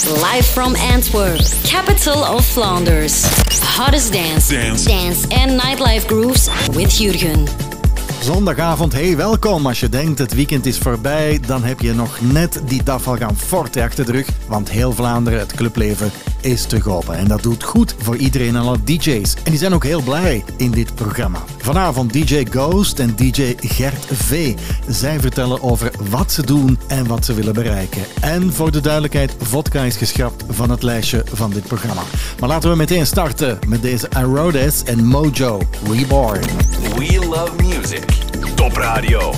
Live from Antwerp, capital of Flanders. Hottest dance and nightlife grooves with Jurgen. Zondagavond, hey, welkom. Als je denkt het weekend is voorbij, dan heb je nog net die Trafalgar Forte achter de rug, want heel Vlaanderen, het clubleven, is terug open. En dat doet goed voor iedereen en alle DJ's. En die zijn ook heel blij in dit programma. Vanavond DJ Ghost en DJ Gert V. Zij vertellen over wat ze doen en wat ze willen bereiken. En voor de duidelijkheid, vodka is geschrapt van het lijstje van dit programma. Maar laten we meteen starten met deze Arodes en Mojo Reborn. We love music. Top Radio.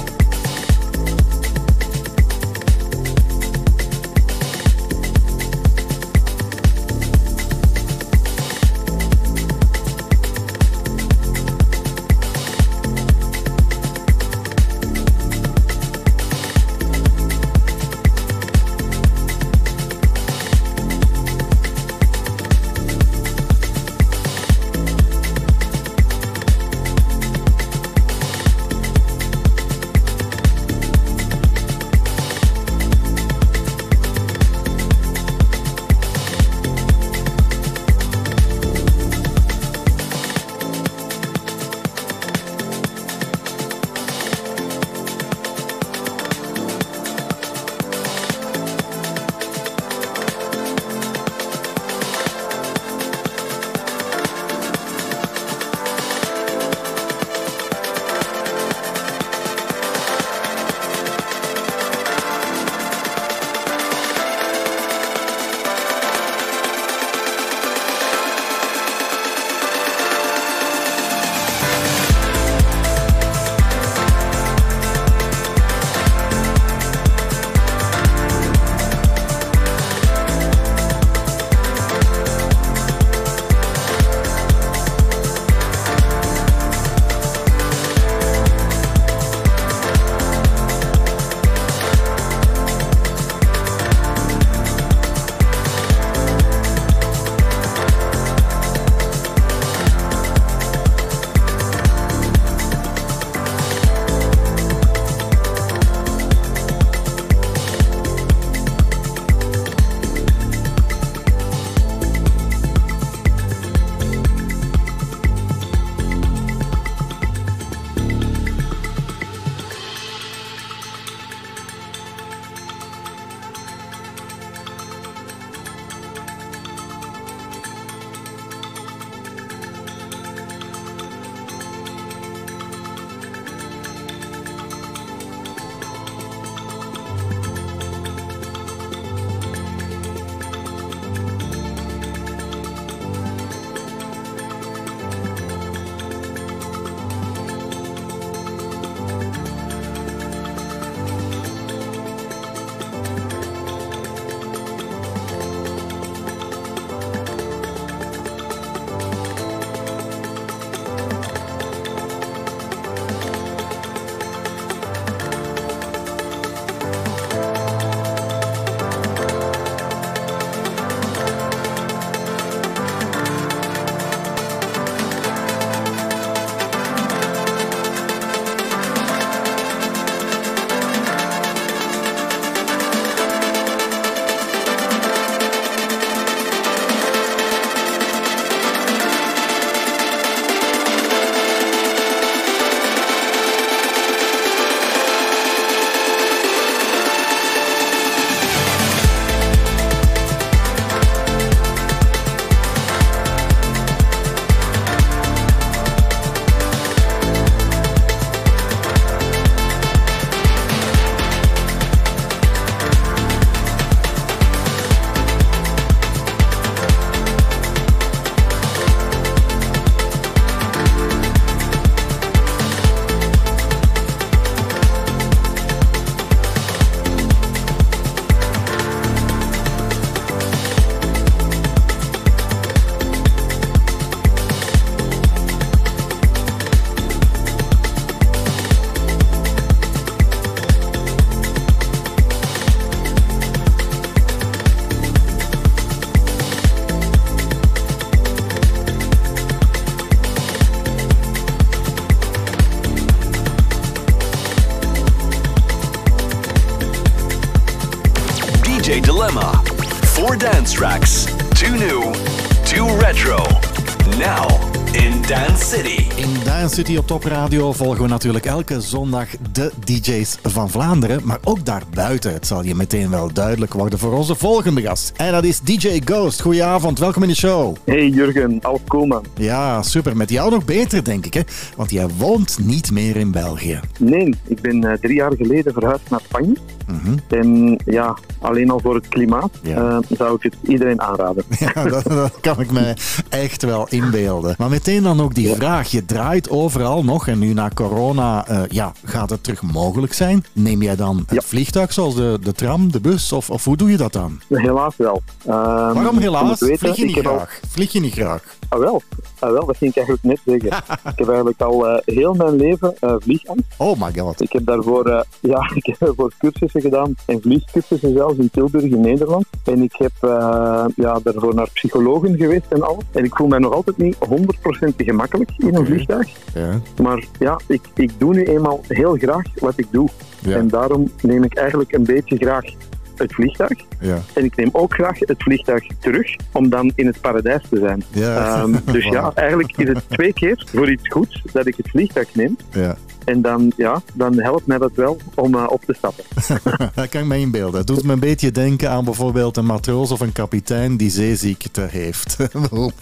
dance tracks. Too new, too retro. Now in Dance City. In Dance City op Top Radio volgen we natuurlijk elke zondag de DJ's van Vlaanderen, maar ook daarbuiten. Het zal je meteen wel duidelijk worden voor onze volgende gast. En dat is DJ Ghost. Goedenavond, welkom in de show. Hey Jurgen, alles cool man. Ja, super. Met jou nog beter, denk ik, hè? Want jij woont niet meer in België. Nee, ik ben 3 jaar geleden verhuisd naar Spanje. En ja, alleen al voor het klimaat zou ik het iedereen aanraden. Ja, dat kan ik me echt wel inbeelden. Maar meteen dan ook die vraag. Je draait overal nog en nu na corona gaat het terug mogelijk zijn. Neem jij dan het vliegtuig zoals de tram, de bus of hoe doe je dat dan? Helaas wel. Waarom helaas? Weten, Vlieg je niet graag? Wel, dat ging ik eigenlijk net zeggen. Ik heb eigenlijk al heel mijn leven vliegangst. Oh my god. Ik heb daarvoor cursussen gedaan en vliegcursussen zelfs in Tilburg in Nederland. En ik heb daarvoor naar psychologen geweest en al. En ik voel mij nog altijd niet 100% gemakkelijk in een vliegtuig. Ja. Maar ja, ik doe nu eenmaal heel graag wat ik doe. Ja. En daarom neem ik eigenlijk een beetje graag het vliegtuig. Ja. En ik neem ook graag het vliegtuig terug om dan in het paradijs te zijn. Ja. Dus ja, eigenlijk is het 2 keer voor iets goeds dat ik het vliegtuig neem. Ja. En dan helpt mij dat wel om op te stappen. Dat kan ik me inbeelden. Het doet me een beetje denken aan bijvoorbeeld een matroos of een kapitein die zeeziekte heeft. Een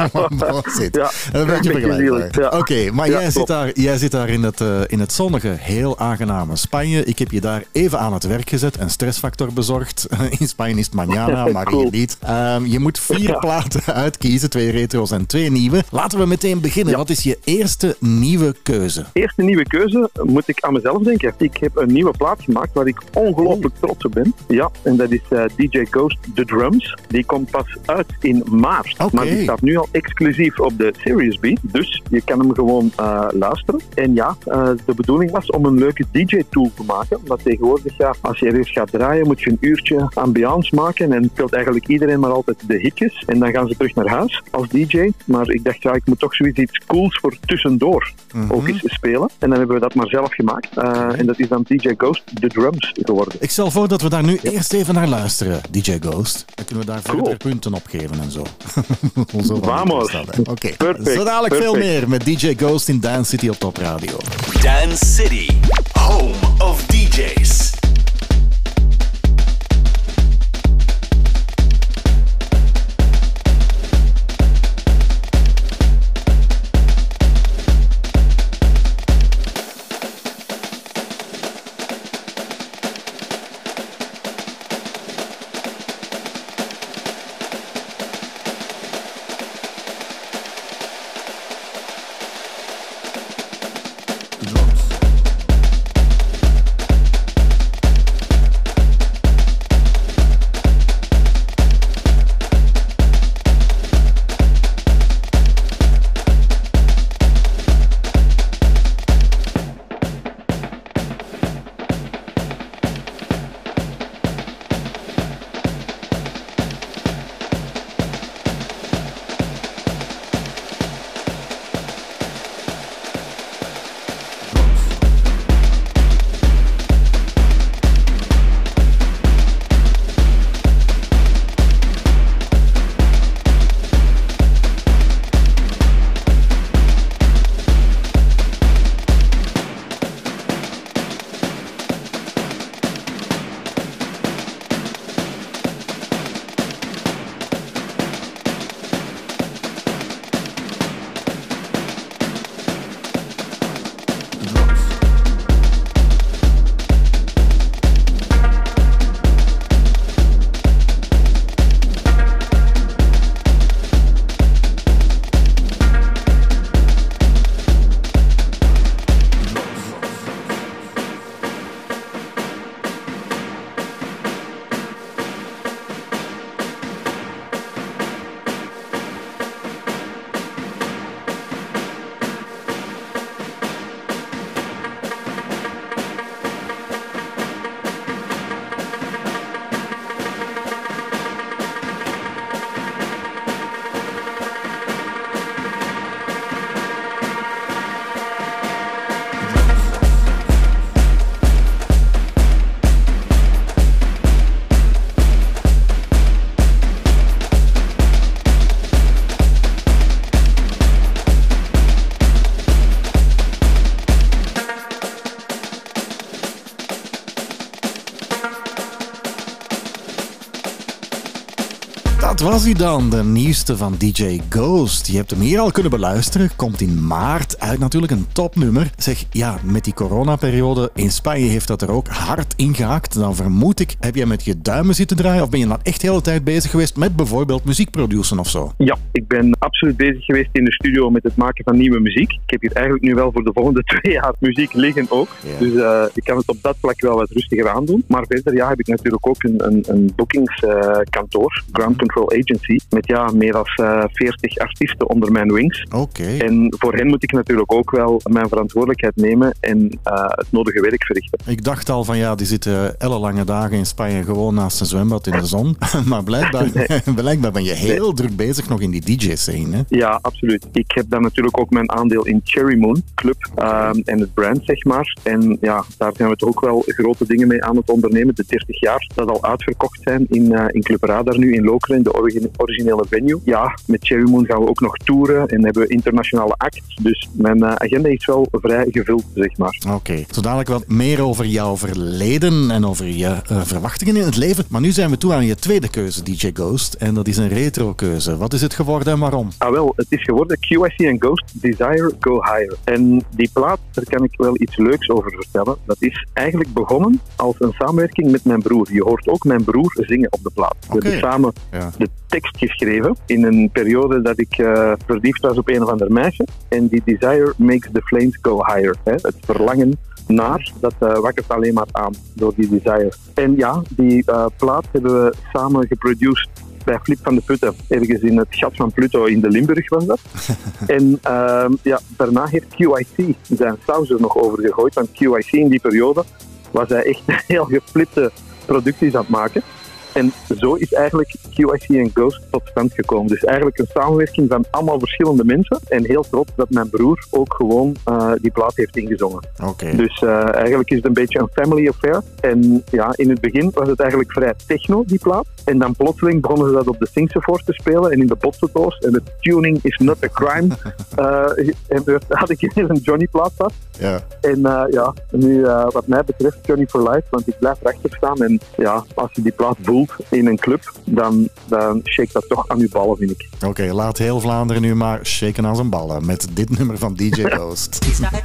beetje vergelijkbaar. Ja. Oké, maar jij zit daar in het zonnige, heel aangename Spanje. Ik heb je daar even aan het werk gezet, een stressfactor bezorgd. In Spanje is het mañana, maar hier niet. Je moet 4 platen uitkiezen, 2 retro's en 2 nieuwe. Laten we meteen beginnen. Wat is je eerste nieuwe keuze? Eerste nieuwe keuze moet ik aan mezelf denken. Ik heb een nieuwe plaat gemaakt waar ik ongelooflijk trots op ben. Ja, en dat is DJ Ghost The Drums. Die komt pas uit in maart. Okay. Maar die staat nu al exclusief op de Serious B. Dus je kan hem gewoon luisteren. En ja, de bedoeling was om een leuke DJ-tool te maken. Omdat tegenwoordig, als je ergens gaat draaien, moet je een uurtje ambiance maken. En speelt eigenlijk iedereen maar altijd de hitjes. En dan gaan ze terug naar huis als DJ. Maar ik dacht, ik moet toch zoiets iets cools voor tussendoor ook eens spelen. En dan hebben we dat maar zelf gemaakt. En dat is dan DJ Ghost The Drums geworden. Ik stel voor dat we daar nu eerst even naar luisteren, DJ Ghost. Dan kunnen we daar verder punten op geven en zo. Vamos. Oké. Zo dadelijk veel meer met DJ Ghost in Dance City op Top Radio. Dance City, home of DJs. Dat was hij dan, de nieuwste van DJ Ghost. Je hebt hem hier al kunnen beluisteren. Komt in maart uit, natuurlijk een topnummer. Zeg, ja, met die coronaperiode in Spanje heeft dat er ook hard ingehakt. Dan vermoed ik, heb jij met je duimen zitten draaien of ben je dan echt de hele tijd bezig geweest met bijvoorbeeld muziekproduceren of zo? Ja, ik ben absoluut bezig geweest in de studio met het maken van nieuwe muziek. Ik heb hier eigenlijk nu wel voor de volgende 2 jaar muziek liggen ook. Ja. Dus ik kan het op dat vlak wel wat rustiger aandoen. Maar verder heb ik natuurlijk ook een boekingskantoor, Ground Control Agency, met meer dan 40 artiesten onder mijn wings. Okay. En voor hen moet ik natuurlijk ook wel mijn verantwoordelijkheid nemen en het nodige werk verrichten. Ik dacht al van die zitten ellenlange dagen in Spanje gewoon naast een zwembad in de zon. Maar blijkbaar ben je heel druk bezig nog in die DJ-scene, hè? Ja, absoluut. Ik heb dan natuurlijk ook mijn aandeel in Cherry Moon Club en het brand, zeg maar. En ja, daar zijn we toch ook wel grote dingen mee aan het ondernemen. De 30 jaar dat al uitverkocht zijn in Club Radar nu in Lokeren, de originele venue. Ja, met Cherry Moon gaan we ook nog toeren en hebben we internationale acts. Dus mijn agenda is wel vrij gevuld, zeg maar. Oké. Zo dadelijk wat meer over jouw verleden en over je verwachtingen in het leven. Maar nu zijn we toe aan je tweede keuze, DJ Ghost. En dat is een retro-keuze. Wat is het geworden en waarom? Wel, het is geworden QIC en Ghost, Desire, Go Higher. En die plaat, daar kan ik wel iets leuks over vertellen. Dat is eigenlijk begonnen als een samenwerking met mijn broer. Je hoort ook mijn broer zingen op de plaat. We hebben samen de tekst geschreven in een periode dat ik verliefd was op een of ander meisje. En die Desire makes the flames go higher. Hè? Het verlangen naar, dat wakkert alleen maar aan door die Desire. En ja, die plaat hebben we samen geproduceerd bij Flip van de Putten, ergens in het gat van Pluto in de Limburg was dat. En daarna heeft QIC zijn saus er nog over gegooid, want QIC in die periode was hij echt heel geflipte producties aan het maken. En zo is eigenlijk QIC en Ghost tot stand gekomen. Dus eigenlijk een samenwerking van allemaal verschillende mensen. En heel trots dat mijn broer ook gewoon die plaat heeft ingezongen. Okay. Dus eigenlijk is het een beetje een family affair. En ja, in het begin was het eigenlijk vrij techno, die plaat. En dan plotseling begonnen ze dat op de Singsephore te spelen en in de botsendoos. En de tuning is not a crime. En daar had ik hier een Johnny-plaat vast. Yeah. En nu wat mij betreft Johnny for Life, want ik blijf erachter staan. En ja, als je die plaat voelt in een club, dan shake dat toch aan uw ballen, vind ik. Oké, laat heel Vlaanderen nu maar shaken aan zijn ballen met dit nummer van DJ Ghost.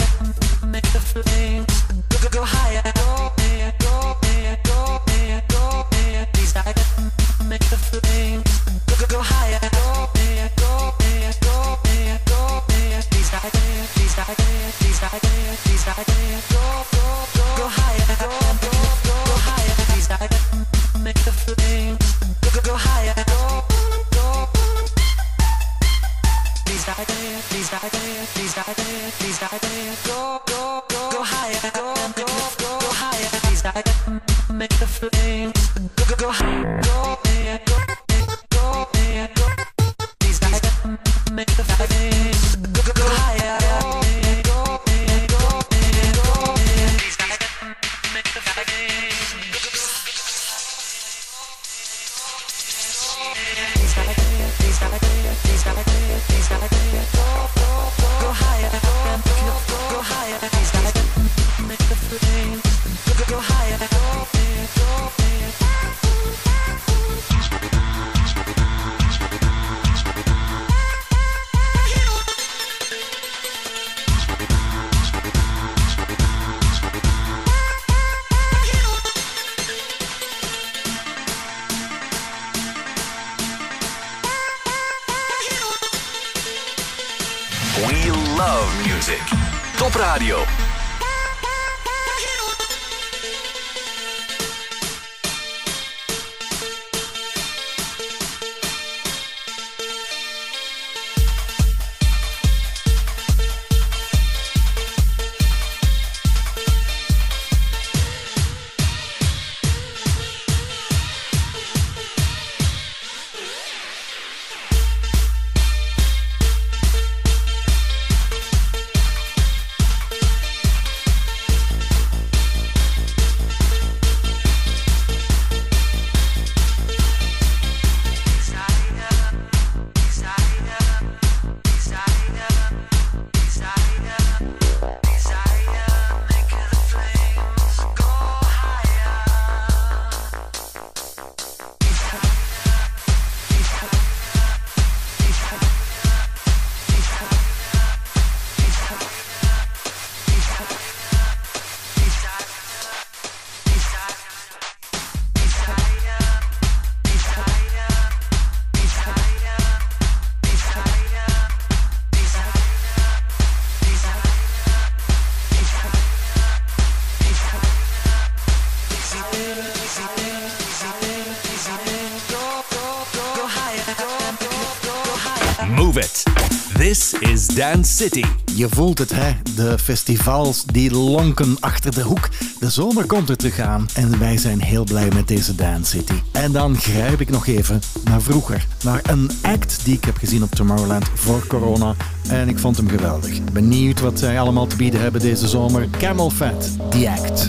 We love music. Top Radio. Move it. This is Dance City. Je voelt het, hè? De festivals die lonken achter de hoek. De zomer komt er terug aan en wij zijn heel blij met deze Dance City. En dan grijp ik nog even naar vroeger. Naar een act die ik heb gezien op Tomorrowland voor corona. En ik vond hem geweldig. Benieuwd wat zij allemaal te bieden hebben deze zomer. Camel Fat, The Act.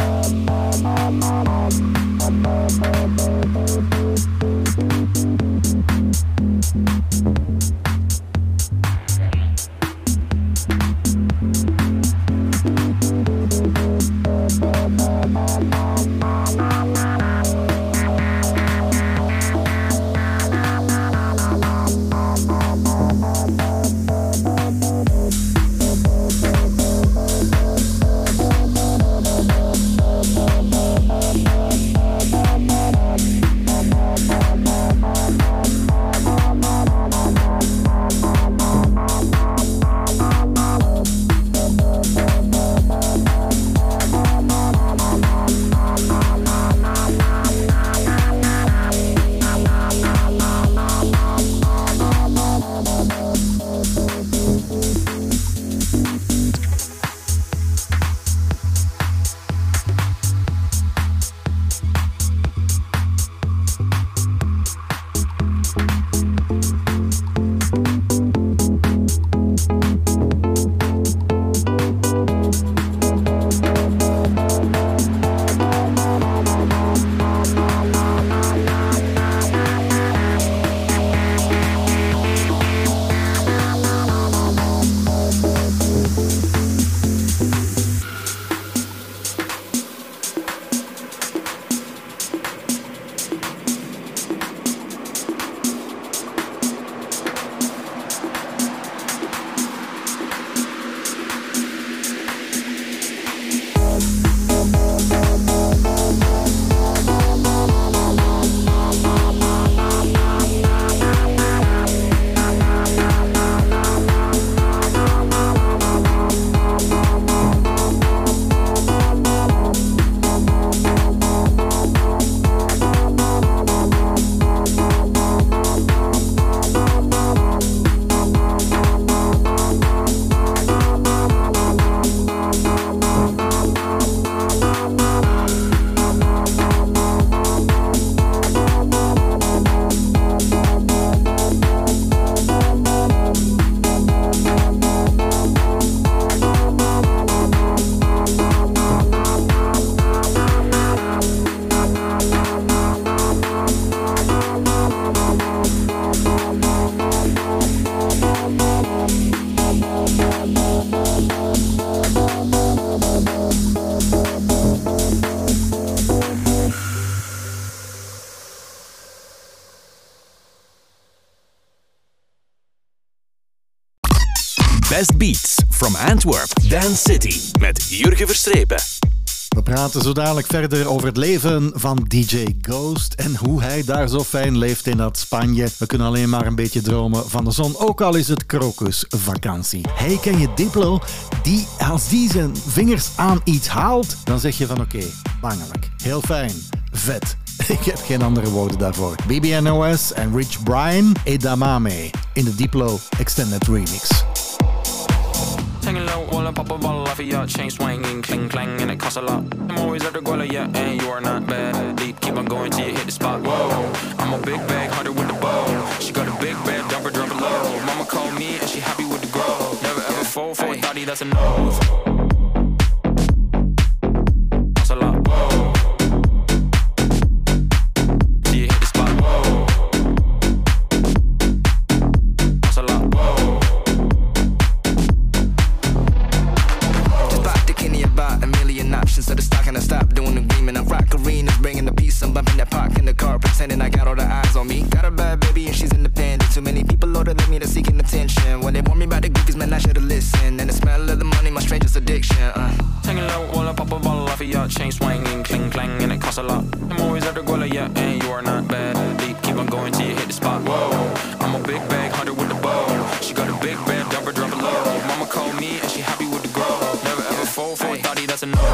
Best Beats from Antwerp, Dance City met Jurgen Verstrepen. We praten zo dadelijk verder over het leven van DJ Ghost en hoe hij daar zo fijn leeft in dat Spanje. We kunnen alleen maar een beetje dromen van de zon, ook al is het krokusvakantie. Hey, ken je Diplo? Als die zijn vingers aan iets haalt, dan zeg je van oké, bangelijk. Heel fijn, vet. Ik heb geen andere woorden daarvoor. BBNOS en Rich Brian, Edamame in de Diplo Extended Remix. Hanging low while I pop a bottle off of your chain swinging, cling clang, and it costs a lot. I'm always at the guala, yeah, and you are not bad. Deep, keep on going till you hit the spot. Whoa, I'm a big bag hunter with the bow. She got a big bed, dump her low. Mama called me and she happy with the grow. Never ever fall for a thotty, that's a no. Costs a lot. Whoa. Till you hit the spot. Whoa. Costs a lot. Whoa. About a million options, so the stock and I stop doing the agreement. I rock arenas, bringing the peace. I'm bumping that park in the car, pretending I got all the eyes on me. Got a bad baby and she's independent. Too many people older than me that's seeking attention. When they warn me about the goofies, man, I should've listened. And the smell of the money, my strangest addiction. Hanging low while I pop a bottle off of your chain swinging, cling clang, and it costs a lot. I'm always at the guala, yeah, and you are not bad. Deep, keep on going till you hit the spot. Whoa, I'm a big bag hunter with the bow. She got a big bed, dump her low. Mama called me and she happy with the grow. Never ever fall for a thotty, that's a no.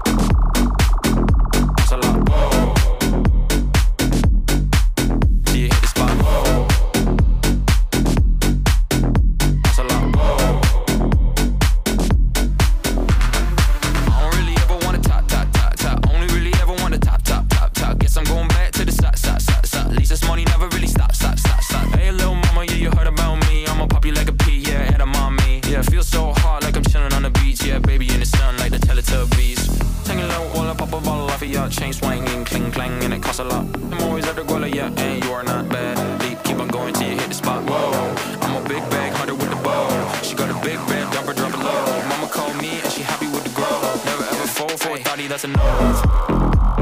That's a lot. Whoa. See you chain swinging, cling clang, and it costs a lot. I'm always at the goal, yeah, and you are not bad. Leap, keep on going till you hit the spot. Whoa, I'm a big bag hunter with the bow. She got a big bed, drop it low. Mama called me and she happy with the grow. Never ever fall for a thotty, that's a no.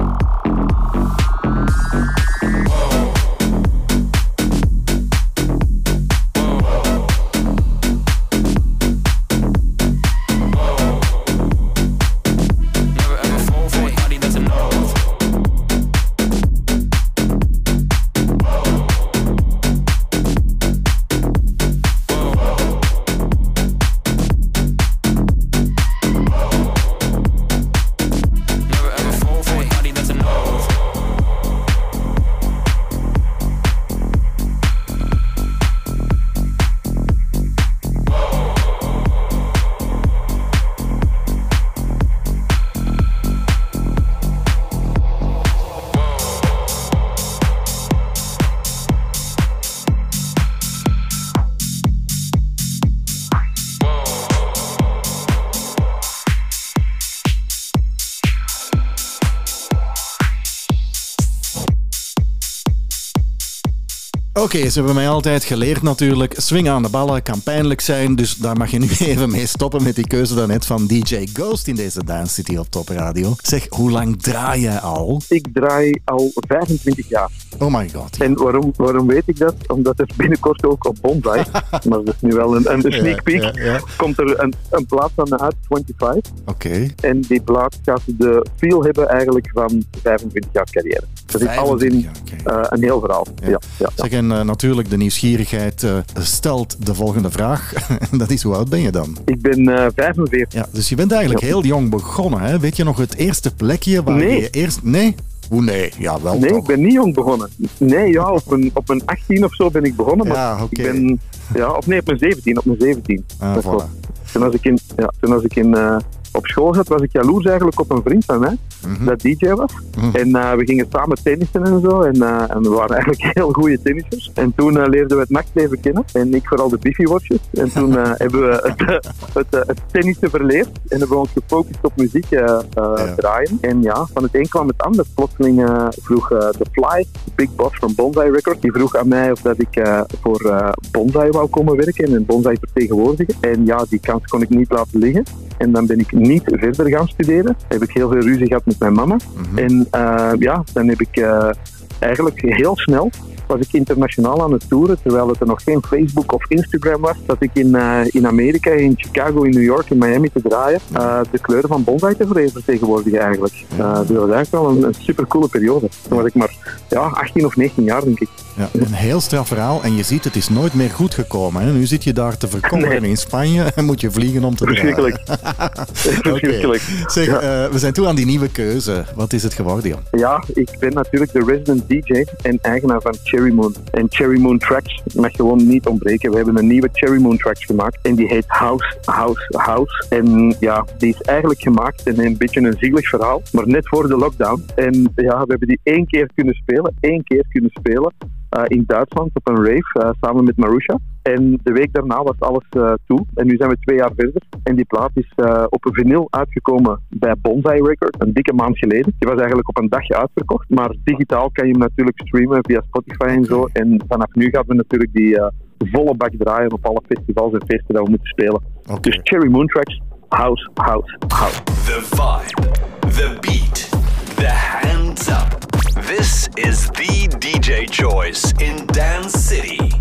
Oké, ze hebben mij altijd geleerd natuurlijk. Swingen aan de ballen kan pijnlijk zijn, dus daar mag je nu even mee stoppen met die keuze daarnet van DJ Ghost in deze Dance City op Top Radio. Zeg, hoe lang draai jij al? Ik draai al 25 jaar. Oh my god. En waarom weet ik dat? Omdat er binnenkort ook op Bonsai, maar dat is nu wel een sneak peek, komt er een plaat van uit, 25. Oké. En die plaat gaat de feel hebben eigenlijk van 25 jaar carrière. Er zit alles in, een heel verhaal. Ja. Zeg, en natuurlijk de nieuwsgierigheid stelt de volgende vraag. Dat is, hoe oud ben je dan? Ik ben 45. Ja, dus je bent eigenlijk heel jong begonnen, hè? Weet je nog het eerste plekje waar je eerst... Nee? Hoe nee? Ja, wel Nee, toch? ik ben niet jong begonnen. Nee, ja, op mijn 18 of zo ben ik begonnen. Maar ja, oké. Ik ben... Ja, of nee, op mijn 17. Ah, voilà. Toen als ik op school zat, was ik jaloers eigenlijk op een vriend van mij, dat DJ was. En we gingen samen tennissen en zo. En we waren eigenlijk heel goede tennissers. En toen leerden we het nachtleven kennen. En ik vooral de biffieworstjes. En toen hebben we het tennissen verleerd. En hebben we ons gefocust op muziek draaien. En ja, van het een kwam het ander. Plotseling vroeg The Fly, Big Boss van Bonsai Records, die vroeg aan mij of dat ik voor Bonsai wou komen werken en Bonsai vertegenwoordigen. En ja, die kans kon ik niet laten liggen. En dan ben ik niet verder gaan studeren. Heb ik heel veel ruzie gehad met mijn mama. En dan heb ik eigenlijk heel snel was ik internationaal aan het toeren, terwijl het er nog geen Facebook of Instagram was, dat ik in Amerika, in Chicago, in New York, in Miami te draaien, de kleuren van Bonsai te vertegenwoordigen eigenlijk. Dus dat was eigenlijk wel een supercoole periode. Toen was ik maar 18 of 19 jaar, denk ik. Ja, een heel straf verhaal en je ziet, het is nooit meer goed gekomen. Hè? Nu zit je daar te verkommeren in Spanje en moet je vliegen om te draaien. Verschrikkelijk. Zeg, we zijn toe aan die nieuwe keuze. Wat is het geworden, Jan? Ja, ik ben natuurlijk de resident DJ en eigenaar van Cherry Moon. En Cherry Moon Tracks mag gewoon niet ontbreken. We hebben een nieuwe Cherry Moon Tracks gemaakt en die heet House. En ja, die is eigenlijk gemaakt in een beetje een zielig verhaal, maar net voor de lockdown. En ja, we hebben die één keer kunnen spelen in Duitsland op een rave, samen met Marusha. En de week daarna was alles toe. En nu zijn we 2 jaar verder. En die plaat is op een vinyl uitgekomen bij Bonsai Records, een dikke maand geleden. Die was eigenlijk op een dagje uitverkocht. Maar digitaal kan je hem natuurlijk streamen via Spotify en zo. En vanaf nu gaan we natuurlijk die volle bak draaien op alle festivals en feesten dat we moeten spelen. Dus Cherry Moon Tracks, House. The vibe, the beat, the hands up. This is the DJ choice in Dance City.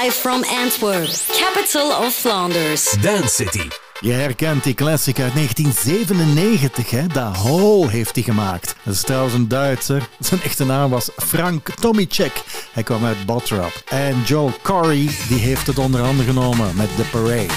Live from Antwerp, capital of Flanders. Dance City. Je herkent die classic uit 1997, hè? De Hole heeft hij gemaakt. Dat is trouwens een Duitser. Zijn echte naam was Frank Tomicek. Hij kwam uit Bottrop. En Joel Corey die heeft het onder handen genomen met The Parade.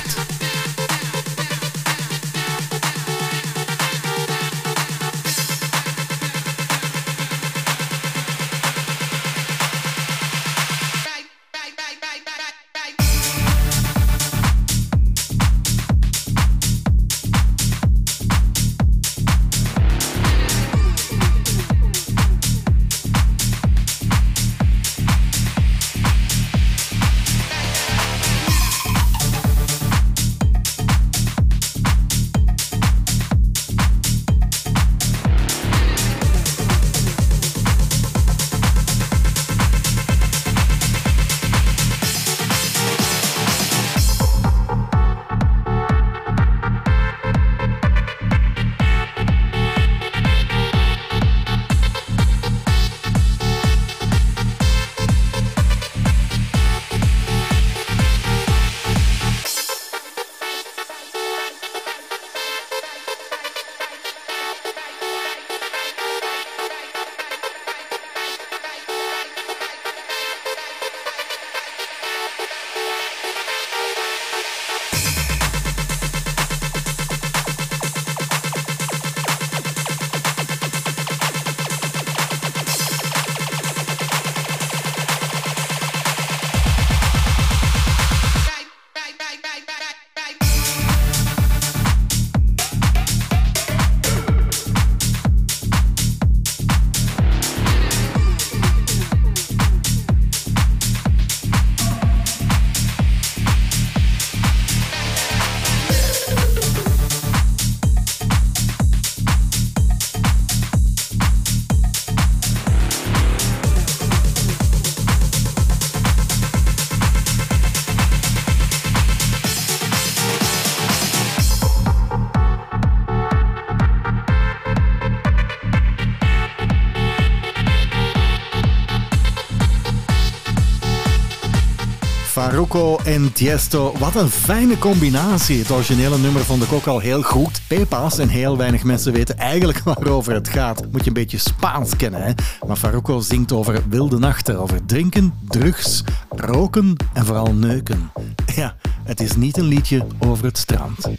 Farruko en Tiesto, wat een fijne combinatie. Het originele nummer vond ik ook al heel goed. Pepas en heel weinig mensen weten eigenlijk waarover het gaat. Moet je een beetje Spaans kennen, hè? Maar Farruko zingt over wilde nachten, over drinken, drugs, roken en vooral neuken. Ja, het is niet een liedje over het strand.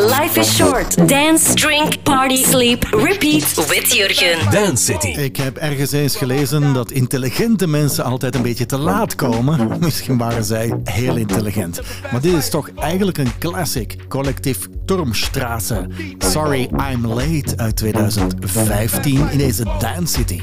Life is short. Dance, drink, party, sleep, repeat with Jurgen. Dance City. Ik heb ergens eens gelezen dat intelligente mensen altijd een beetje te laat komen. Misschien waren zij heel intelligent. Maar dit is toch eigenlijk een classic. Collectief Turmstraße. Sorry I'm Late uit 2015 in deze Dance City.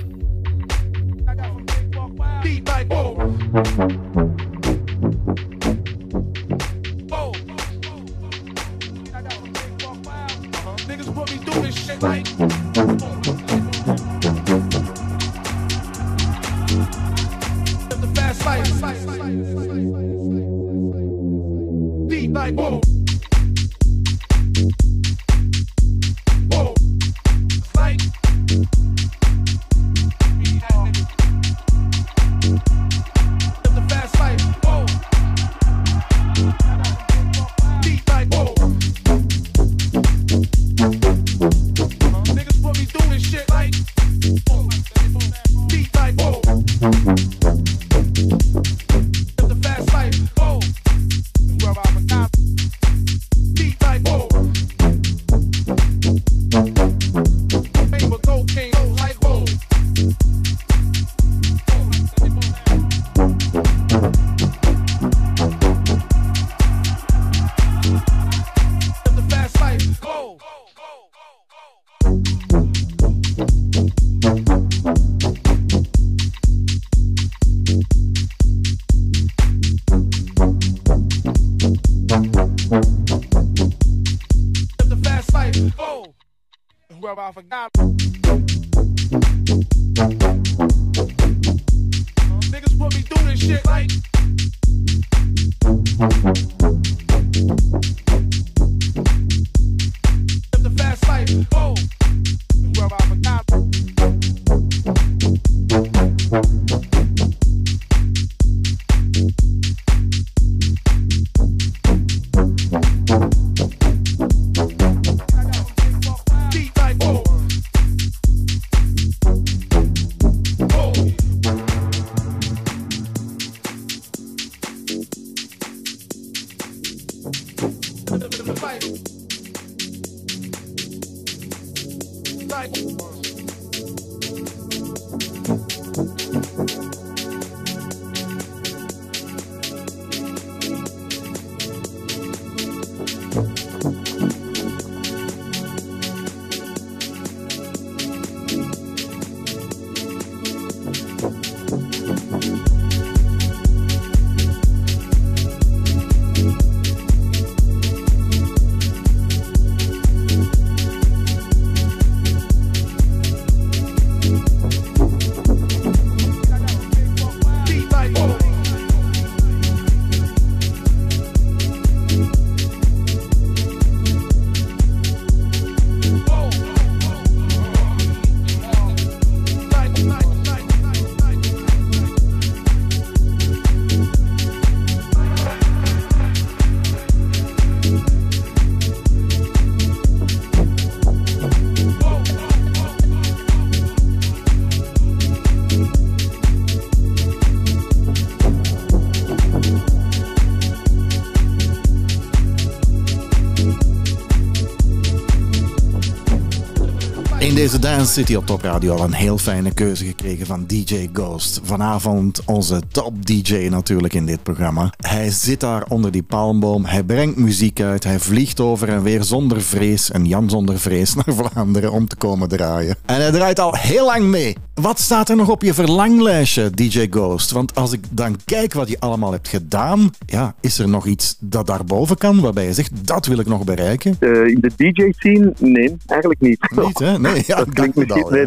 In deze Dance City op Top Radio al een heel fijne keuze gekregen van DJ Ghost. Vanavond onze top DJ natuurlijk in dit programma. Hij zit daar onder die palmboom, hij brengt muziek uit, hij vliegt over en weer zonder vrees, en Jan zonder vrees, naar Vlaanderen om te komen draaien. En hij draait al heel lang mee. Wat staat er nog op je verlanglijstje, DJ Ghost? Want als ik dan kijk wat je allemaal hebt gedaan, ja, is er nog iets dat daarboven kan, waarbij je zegt, dat wil ik nog bereiken? In de DJ-scene? Nee, eigenlijk niet. Niet, hè? Nee, ja, dat klinkt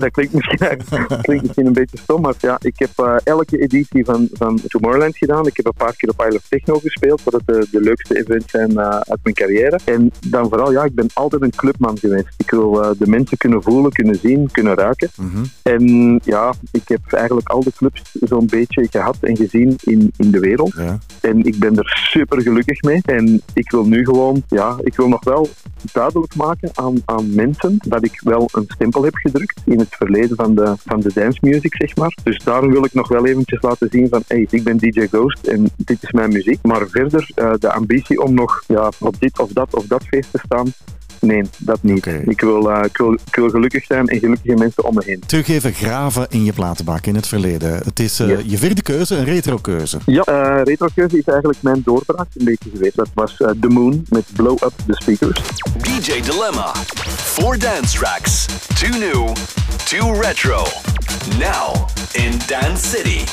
misschien een beetje stom, maar ja, ik heb elke editie van Tomorrowland gedaan. Ik heb een paar keer op Isle of Techno gespeeld, wat het de leukste events zijn uit mijn carrière. En dan vooral, ja, ik ben altijd een clubman geweest. Ik wil de mensen kunnen voelen, kunnen zien, kunnen ruiken. Mm-hmm. En ja, ik heb eigenlijk al de clubs zo'n beetje gehad en gezien in de wereld. Ja. En ik ben er super gelukkig mee. En ik wil nu gewoon, ja, ik wil nog wel duidelijk maken aan mensen dat ik wel een stempel heb gedrukt in het verleden van de dance music, zeg maar. Dus daarom wil ik nog wel eventjes laten zien van, hey, ik ben DJ Ghost en dit is mijn muziek. Maar verder, de ambitie om nog op dit of dat feest te staan, Nee, dat niet. Okay. Ik wil gelukkig zijn en gelukkige mensen om me heen. Terug even graven in je platenbak in het verleden. Het is je vierde keuze, een retro-keuze. Ja, retro-keuze is eigenlijk mijn doorbraak een beetje geweest. Dat was The Moon met Blow Up the Speakers. DJ Dilemma. 4 dance tracks. 2 new, 2 retro. Now in Dance City.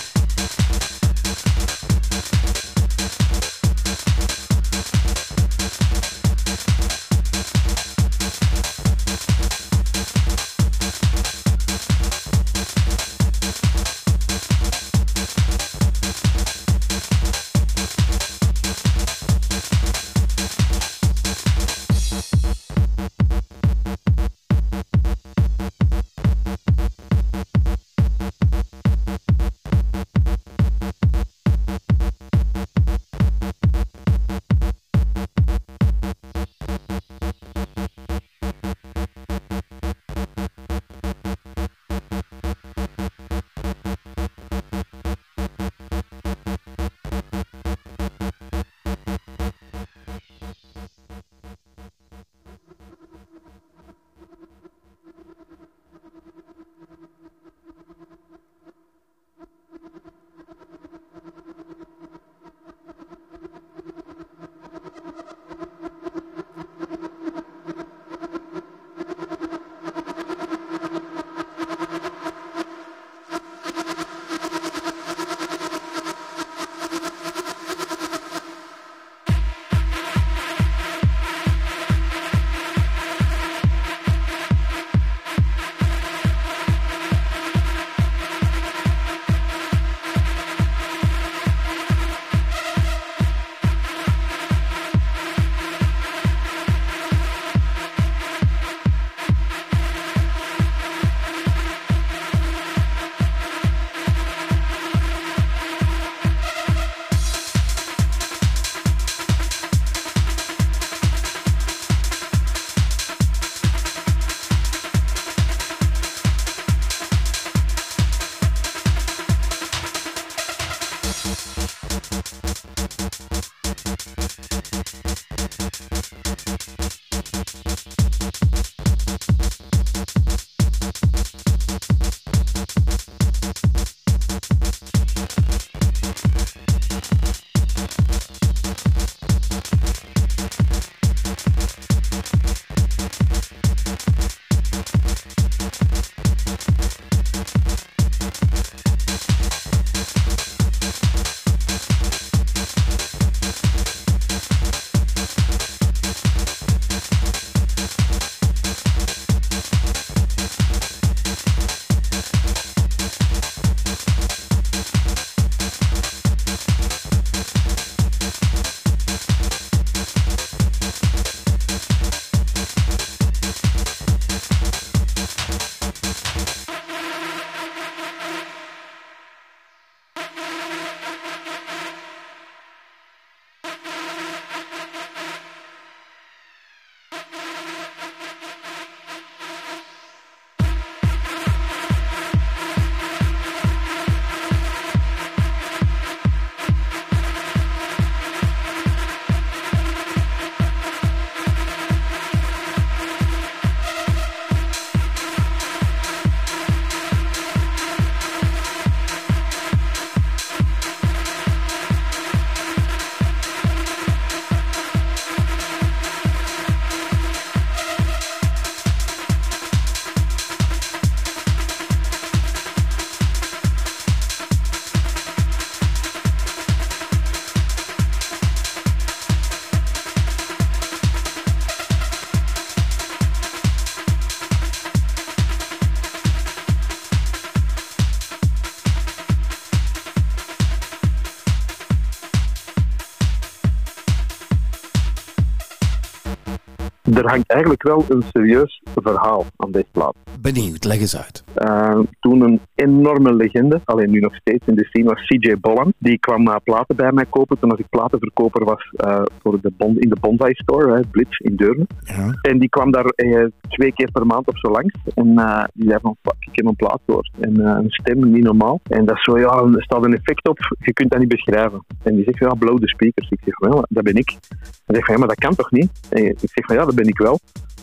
er hangt eigenlijk wel een serieus verhaal aan deze plaat. Benieuwd, leg eens uit. Toen een enorme legende, alleen nu nog steeds in de scene, was CJ Bolland. Die kwam platen bij mij kopen toen als ik platenverkoper was voor in de Bonsai Store, Blitz in Deurne. Ja. En die kwam daar 2 keer per maand of zo langs. En die zei van, fuck, ik heb een plaat gehoord. En een stem, niet normaal. En dat is zo, ja, er staat een effect op, je kunt dat niet beschrijven. En die zegt, ja, blow the speakers. Ik zeg van, ja, dat ben ik. Hij zegt van, ja, maar dat kan toch niet? En ik zeg van, ja, dat ben ik wel.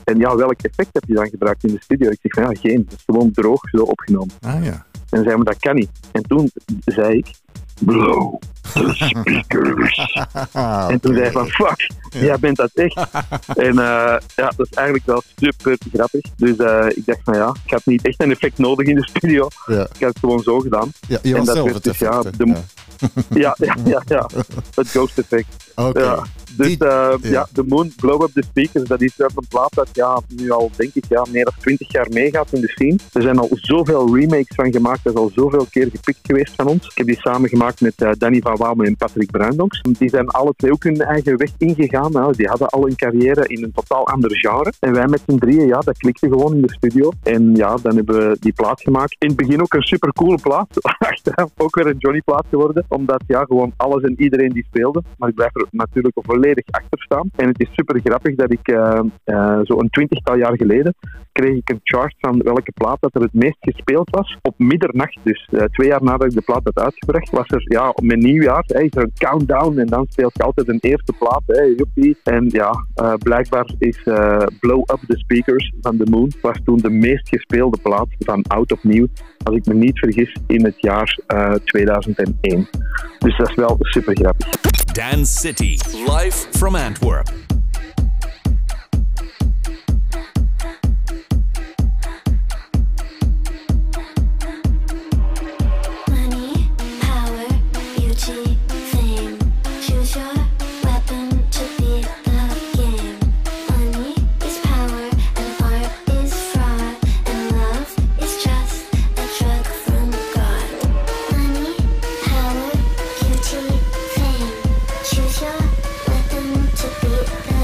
En ja, welk effect heb je dan gebruikt in de studio? Ik zeg van ja, geen. Het is gewoon droog zo opgenomen. Ah ja. En zei me, dat kan niet. En toen zei ik, blow the speakers. En toen zei hij van, fuck, jij bent dat echt. En ja, dat is eigenlijk wel super grappig. Dus ik dacht van ja, ik had niet echt een effect nodig in de studio. Ja. Ik had het gewoon zo gedaan. Ja, je was en zelf het effect. Ja, het ghost effect. Okay. Ja. Dus The Moon, Blow Up the Speakers, dat is een plaat dat nu al denk ik meer dan 20 jaar meegaat in de scene. Er zijn al zoveel remakes van gemaakt, dat is al zoveel keer gepikt geweest van ons. Ik heb die samen gemaakt met Danny van Waalme en Patrick Bruindonks. Die zijn alle twee ook hun eigen weg ingegaan. Nou, die hadden al een carrière in een totaal ander genre. En wij met z'n drieën, dat klikte gewoon in de studio. En ja, dan hebben we die plaat gemaakt. In het begin ook een supercoole plaat. Achteraf ook weer een Johnny plaat geworden. Omdat gewoon alles en iedereen die speelde. Maar ik blijf er natuurlijk volledig achter staan. En het is super grappig dat ik zo'n 20-tal jaar geleden kreeg ik een chart van welke plaat dat er het meest gespeeld was. Op middernacht, dus 2 jaar nadat ik de plaat had uitgebracht, was er op mijn nieuwjaar is er een countdown en dan speelt je altijd een eerste plaat. Joepie. En blijkbaar is Blow Up the Speakers van The Moon was toen de meest gespeelde plaat van oud of nieuw, als ik me niet vergis, in het jaar 2001. Dus dat is wel super grappig. Dance City, live from Antwerp. Choose your weapon to beat the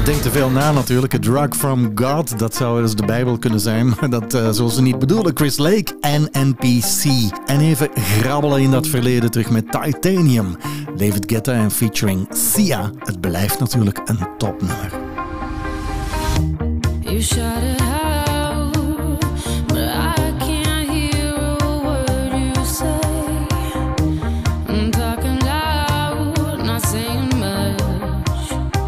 Denk te veel na natuurlijk. A drug from God, dat zou dus de Bijbel kunnen zijn. Maar dat zullen ze niet bedoelen. Chris Lake en NPC. En even grabbelen in dat verleden terug met Titanium. David Guetta en featuring Sia. Het blijft natuurlijk een topnummer. You shot it out, but I can't hear a word you say. I'm talking loud, not saying much.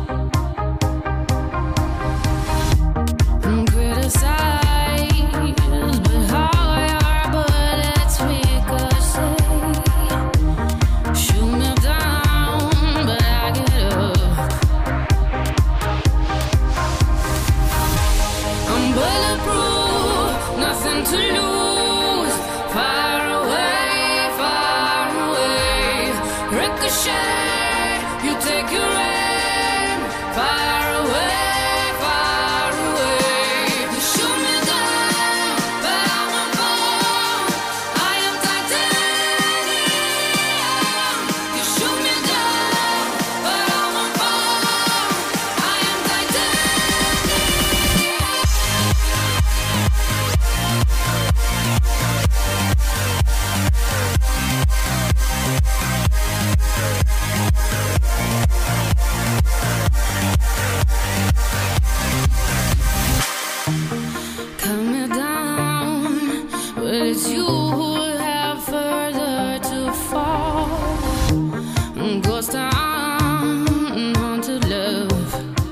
I'm criticized, but how your bullets ricochet. Shoot me down, but I get up. I'm bulletproof, nothing to lose. Far away, ricochet. You take your aim. Far away. You shoot me down, but I won't fall. I am titanium. You shoot me down, but I won't fall. I am titanium. Cut me down, but it's you who have further to fall. Ghost town, haunted love.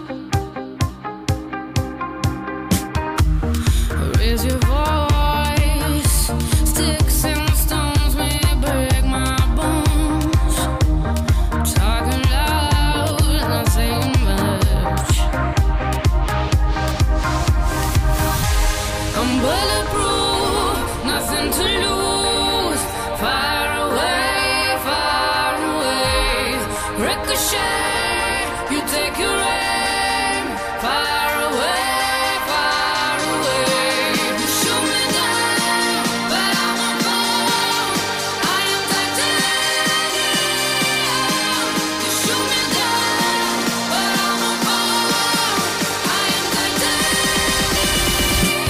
Raise your voice, sticks and stones may break my bones. Talking loud, not saying much. I'm bulletproof, nothing to lose. Far away, ricochet. You take your aim. Far away. You shoot me down, but I won't fall. I am titanium. You shoot me down, but I won't fall. I am titanium.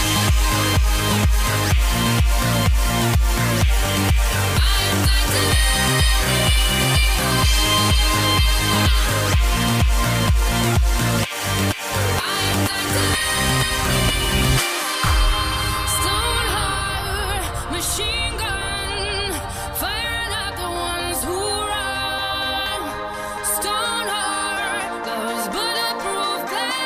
Stone heart, machine gun, firing at the ones who run. Stone heart, those bulletproof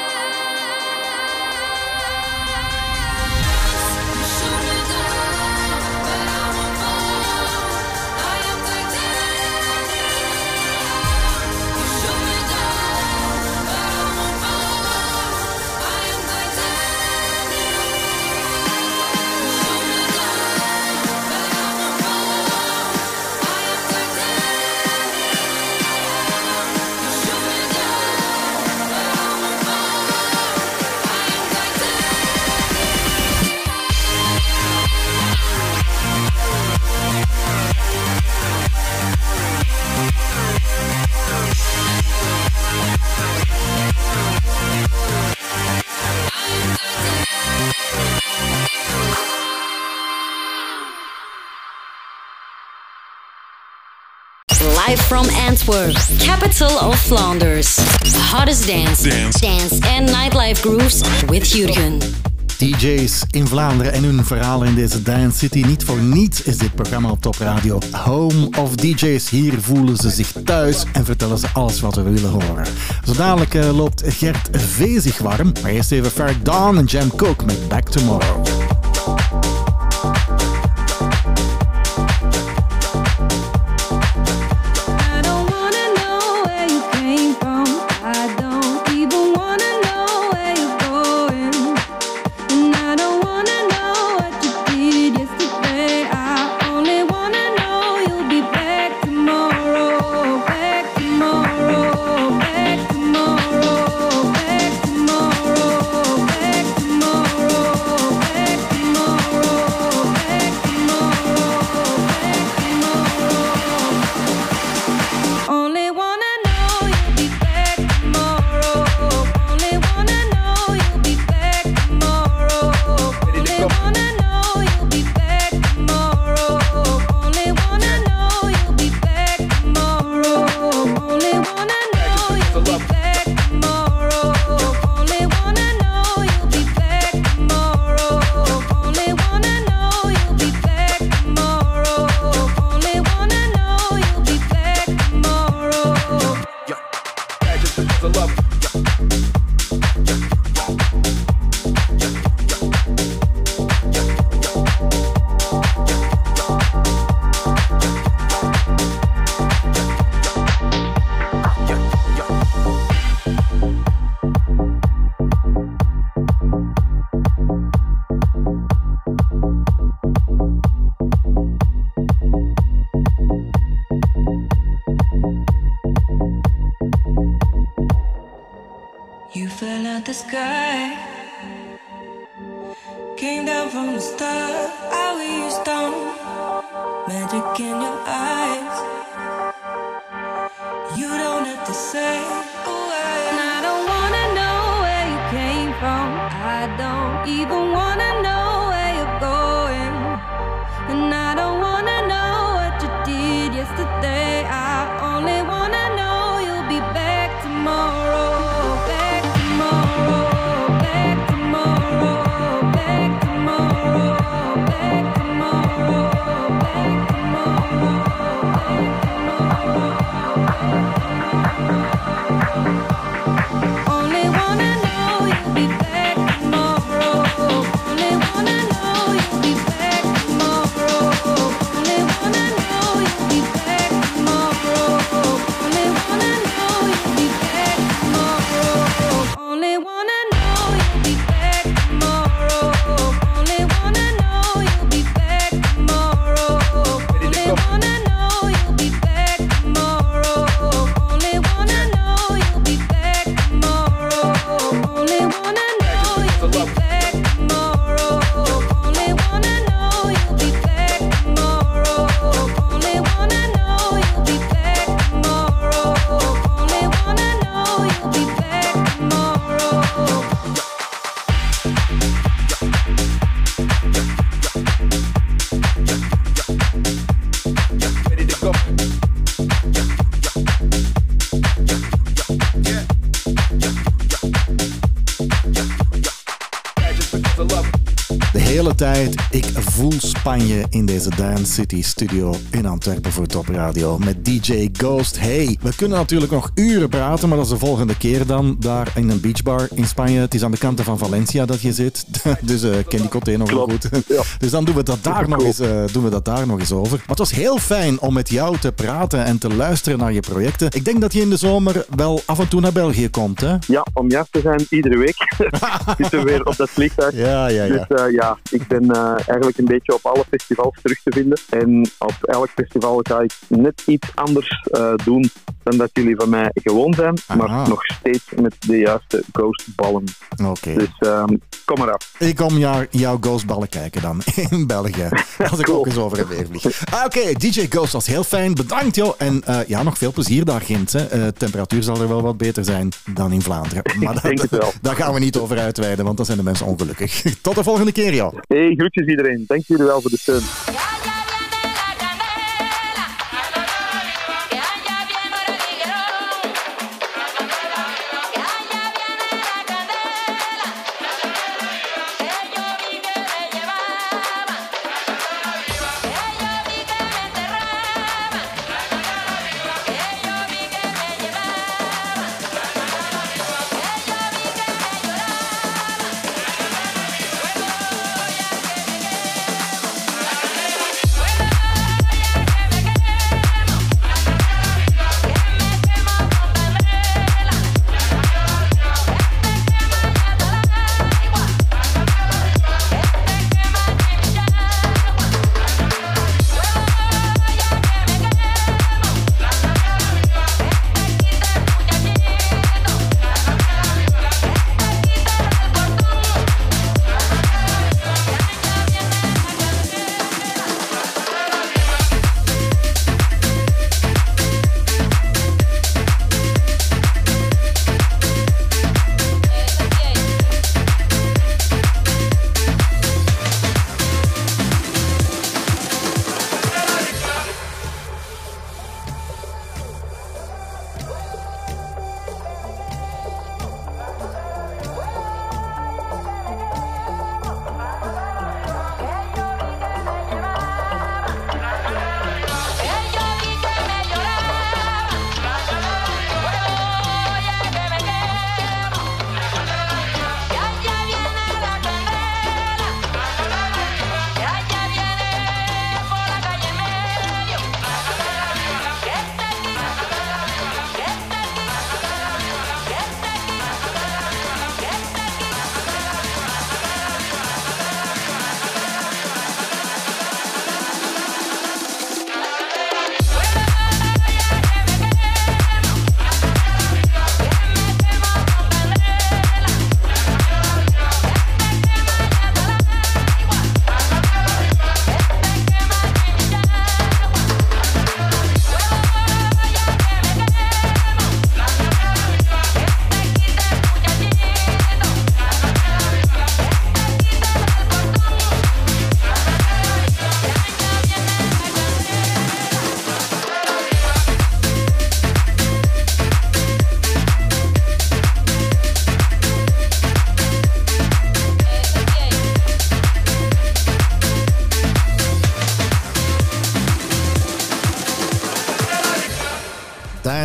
glass. You shoot me down, but I won't fall. I am titanium. You shoot me down, but I won't fall. I am titanium. You shoot me down, but I won't fall. I am titanium. You shoot me down, but I won't fall. I am Live from Antwerp, capital of Flanders. Hottest dance and nightlife grooves with Jurgen. DJ's in Vlaanderen en hun verhalen in deze Dance City. Niet voor niets is dit programma op Top Radio Home of DJ's. Hier voelen ze zich thuis en vertellen ze alles wat we willen horen. Zo dadelijk loopt Gert V zich warm. Maar eerst even Fair Dawn en Jam Cook met Back Tomorrow. I don't wanna know where you came from. I don't even wanna know where you're going. And I don't wanna know what you did yesterday. I only wanna know you'll be back tomorrow. Back tomorrow. Back tomorrow. Back tomorrow. Back tomorrow. Back You fell out the sky, came down from the stars. I was stone, magic in your eyes. You don't have to say why. And I don't wanna know where you came from. I don't even wanna know where you're going. And I don't wanna know what you did yesterday. I only wanna know you'll be back tomorrow. Back tomorrow. Back tomorrow. Back tomorrow. Back tomorrow. Back tomorrow. Only wanna know you'll be back tomorrow. Only wanna know you'll be back tomorrow. Only wanna know you'll be back tomorrow. Only wanna know you'll be back tomorrow. Only wanna know you'll be back tomorrow. Only wanna know you'll be back tomorrow. Only wanna know you'll be back tomorrow. Only wanna know you'll be back tomorrow. Only wanna know you'll be back tomorrow. Only wanna know you'll be back tomorrow. Only wanna know you'll be back tomorrow. Only wanna know you'll be back tomorrow. De hele tijd, ik voel Spanje in deze Dance City studio in Antwerpen voor Top Radio met DJ Ghost. Hey, we kunnen natuurlijk nog uren praten, maar dat is de volgende keer dan daar in een beachbar in Spanje. Het is aan de kanten van Valencia dat je zit, dus ken die coté nog wel goed. Ja. Dus dan doen we dat daar nog eens over. Maar het was heel fijn om met jou te praten en te luisteren naar je projecten. Ik denk dat je in de zomer wel af en toe naar België komt, hè? Ja, om juist te zijn, iedere week zitten we weer op dat vliegtuig. Ja. Dus ik ben eigenlijk een beetje op alle festivals terug te vinden. En op elk festival ga ik net iets anders doen dan dat jullie van mij gewoon zijn. Maar nog steeds met de juiste ghostballen. Oké. Dus kom maar af. Ik kom jouw ghostballen kijken dan in België. Als ik ook eens over en weer vlieg. Oké, DJ Ghost was heel fijn. Bedankt joh. En nog veel plezier daar Gent. Temperatuur zal er wel wat beter zijn dan in Vlaanderen. Maar Ik denk het wel. daar gaan we niet over uitweiden, want dan zijn de mensen ongelukkig. Tot de volgende keer joh. Hey, groetjes iedereen. Dank jullie wel voor de steun.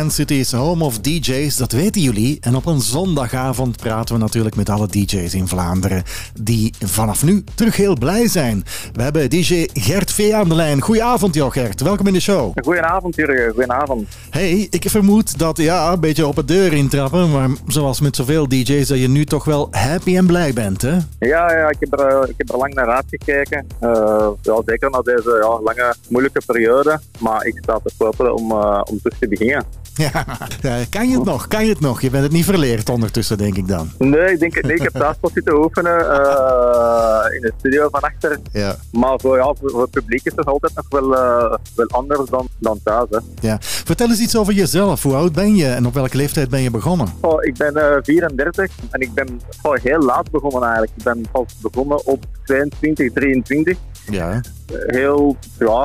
Dance City is home of DJ's, dat weten jullie. En op een zondagavond praten we natuurlijk met alle DJ's in Vlaanderen die vanaf nu terug heel blij zijn. We hebben DJ Gert V aan de lijn. Goedenavond, joh Gert. Welkom in de show. Goedenavond, Jurgen. Goedenavond. Hey, ik vermoed dat, een beetje op de deur intrappen, maar zoals met zoveel DJ's, dat je nu toch wel happy en blij bent, hè? Ja, ik heb er lang naar uitgekeken. Zeker na deze lange, moeilijke periode. Maar ik sta te popelen om terug te beginnen. Ja, kan je het nog? Kan je het nog? Je bent het niet verleerd ondertussen, denk ik dan. Nee, ik heb thuis pas zitten oefenen in de studio van achter. Ja. Maar voor het publiek is het altijd nog wel anders dan thuis. Hè. Ja. Vertel eens iets over jezelf. Hoe oud ben je en op welke leeftijd ben je begonnen? Ik ben 34 en ik ben heel laat begonnen eigenlijk. Ik ben pas begonnen op 22, 23. Ja. Heel,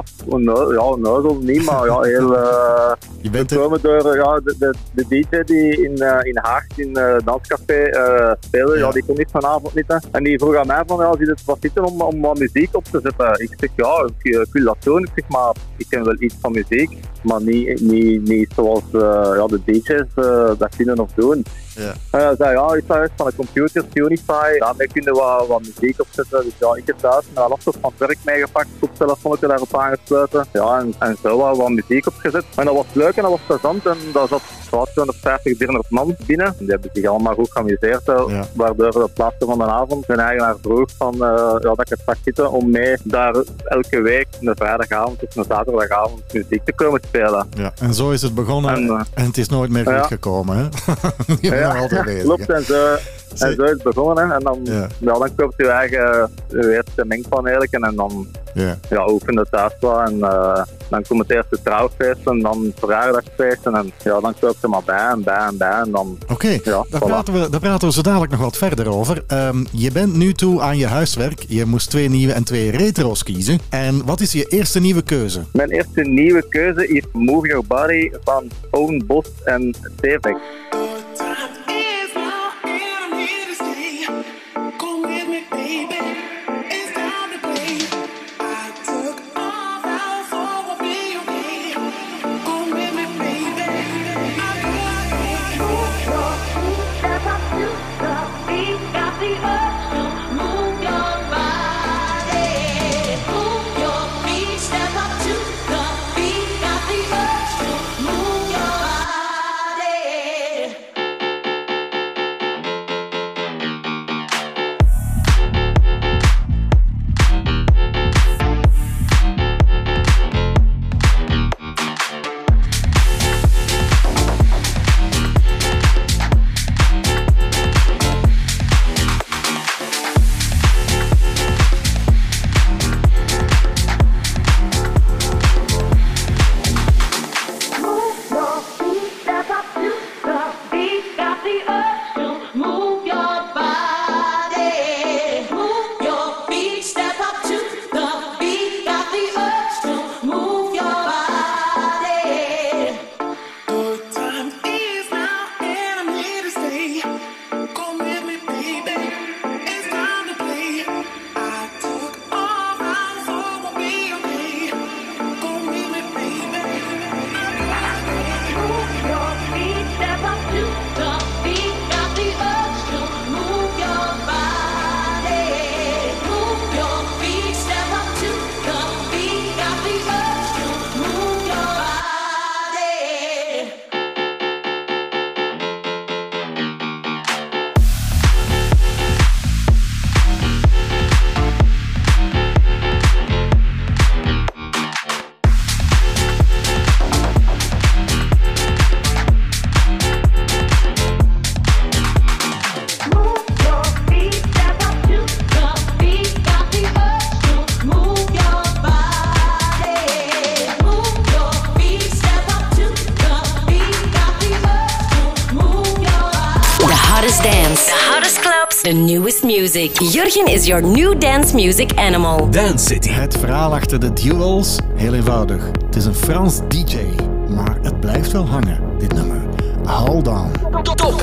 onnozel niet, maar heel... je bent gekomen door de DJ die in Haag, in Danscafé speelde, die kon niet vanavond niet. Hè. En die vroeg aan mij van, zie je het wat zitten om wat muziek op te zetten? Ik zeg, ik wil dat doen. Ik zeg, maar ik ken wel iets van muziek, maar niet zoals de DJ's dat kunnen of doen. Ja. Hij zei, ik sta uit van de computer, Unify, daarmee kunnen we wat muziek opzetten. Dus ik heb thuis mijn laptop van het werk meegepakt, koptelefoontje daarop aangesloten. Ja, en zo wat muziek opgezet. En dat was leuk en dat was plezant en daar zat 250, 300 man binnen. Die hebben zich allemaal goed geamuseerd, waardoor de laatste van de avond zijn eigenaar vroeg van, dat ik het zag zitten om mee daar elke week een vrijdagavond of een zaterdagavond muziek te komen spelen. Ja, en zo is het begonnen en het is nooit meer goed gekomen, hè? Je bent nog altijd bezig. Klopt, en zo is het begonnen. Hè. En dan koopt je eigen eerste mengpan eigenlijk en dan oefen het thuis wel. En dan komt het eerste trouwfeest en dan verjaardagsfeesten. En dan koopt je maar bij en bij en bij. En dan, Oké, daar praten we zo dadelijk nog wat verder over. Je bent nu toe aan je huiswerk. Je moest 2 nieuwe en 2 retro's kiezen. En wat is je eerste nieuwe keuze? Mijn eerste nieuwe keuze is Move Your Body van Owen Bos en T-Vex. The newest music. Jurgen is your new dance music animal. Dance City. Het verhaal achter de duels, heel eenvoudig. Het is een Frans DJ, maar het blijft wel hangen, dit nummer. Hold on. Top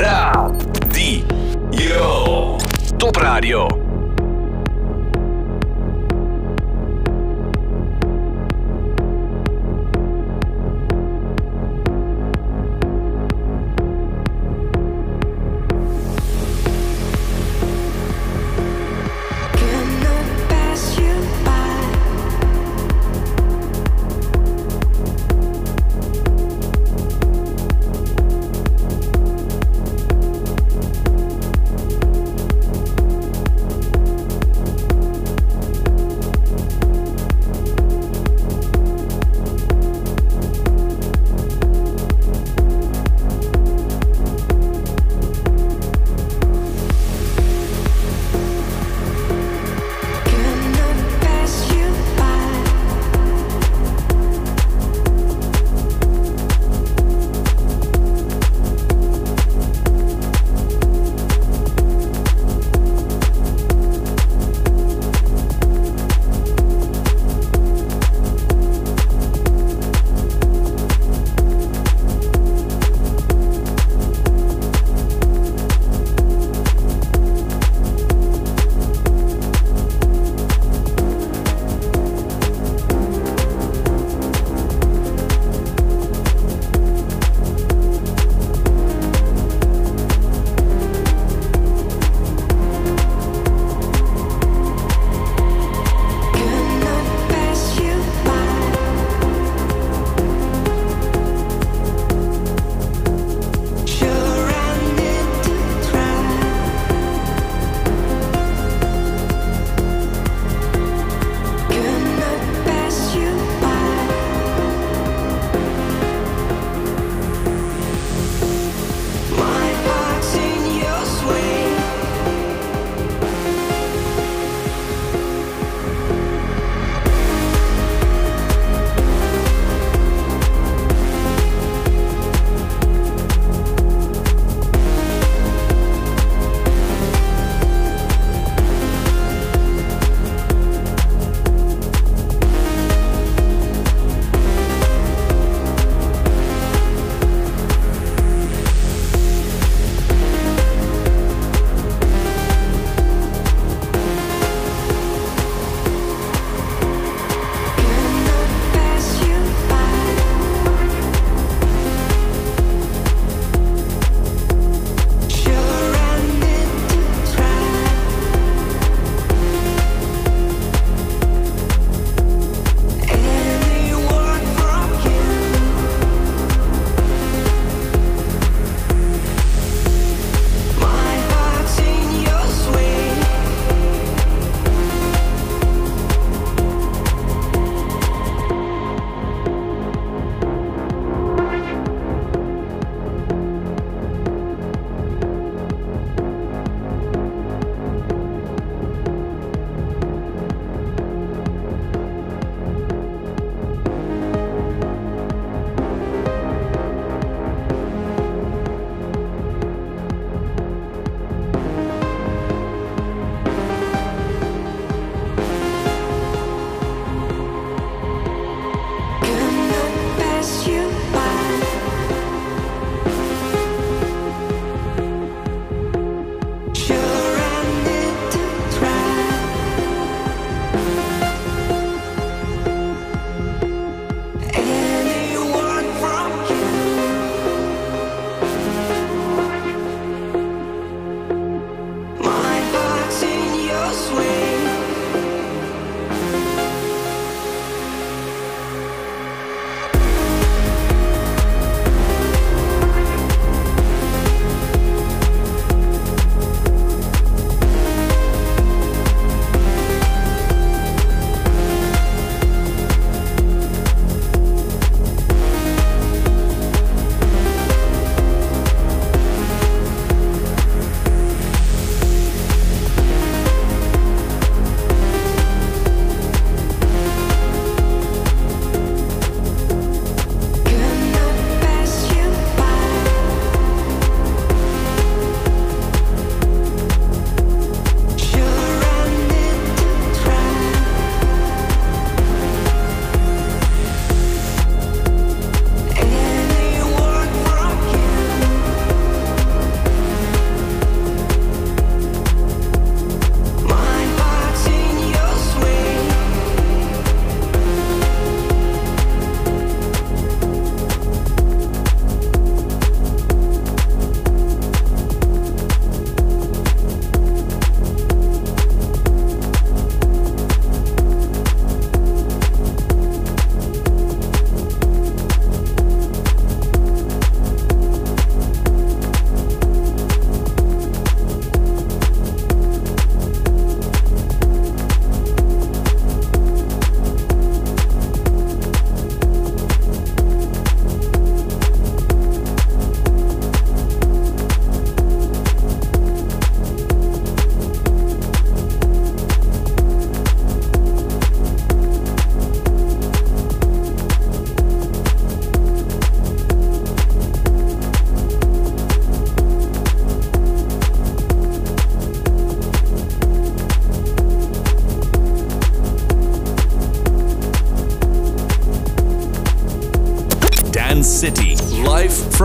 Radio. Top Radio.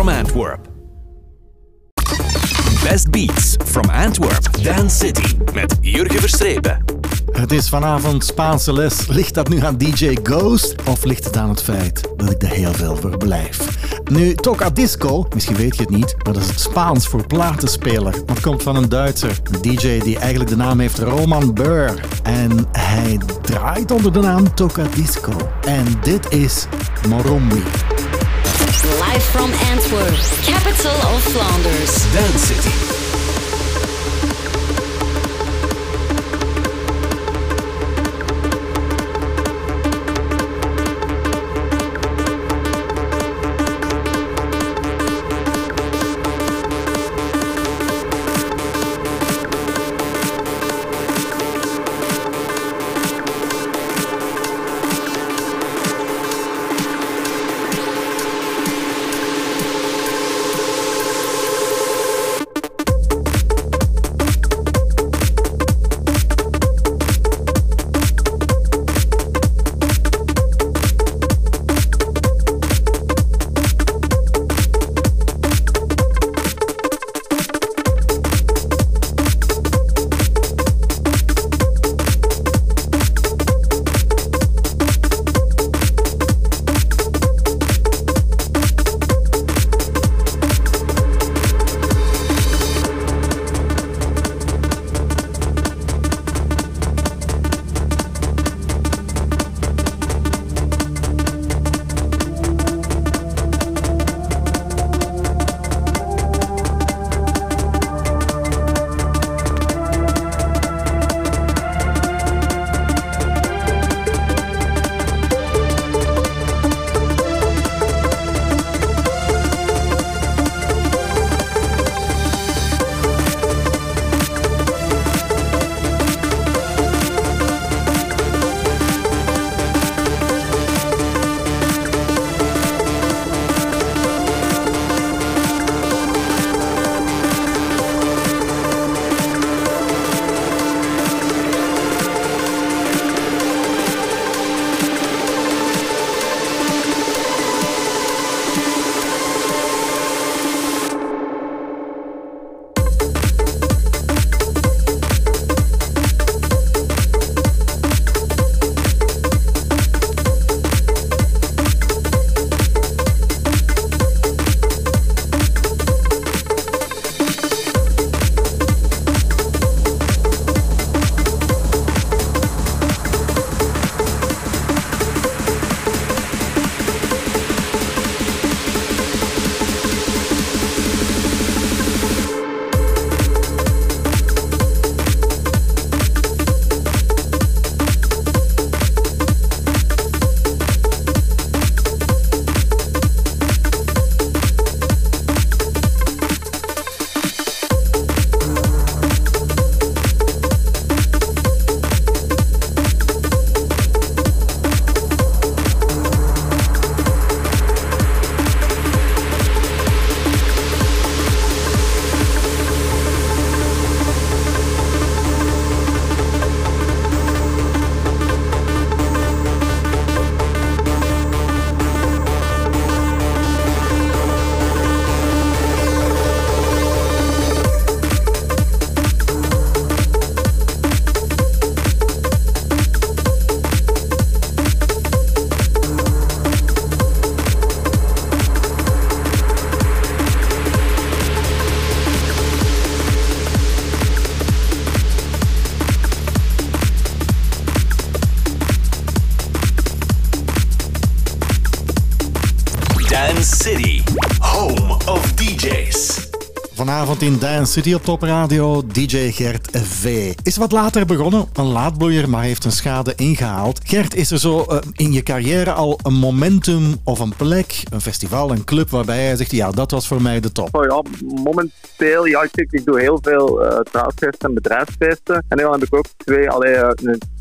from Antwerp. Best Beats from Antwerp, Dance City met Jurgen Verstrepen. Het is vanavond Spaanse les. Ligt dat nu aan DJ Ghost of ligt het aan het feit dat ik er heel veel voor blijf? Nu, Toca Disco, misschien weet je het niet, maar dat is het Spaans voor platenspeler. Dat komt van een Duitser, een DJ die eigenlijk de naam heeft Roman Burr. En hij draait onder de naam Toca Disco. En dit is Morumbi. Live from Antwerp, capital of Flanders. Dance City. Dance City, home of DJs. Vanavond in Dance City op Top Radio, DJ Gert V. Is wat later begonnen, een laatbloeier, maar heeft een schade ingehaald. Gert, is er zo in je carrière al een momentum of een plek, een festival, een club waarbij hij zegt, ja, dat was voor mij de top? Oh ja, momenteel, ja, ik doe heel veel trouwfeesten en bedrijfsfeesten. En dan heb ik ook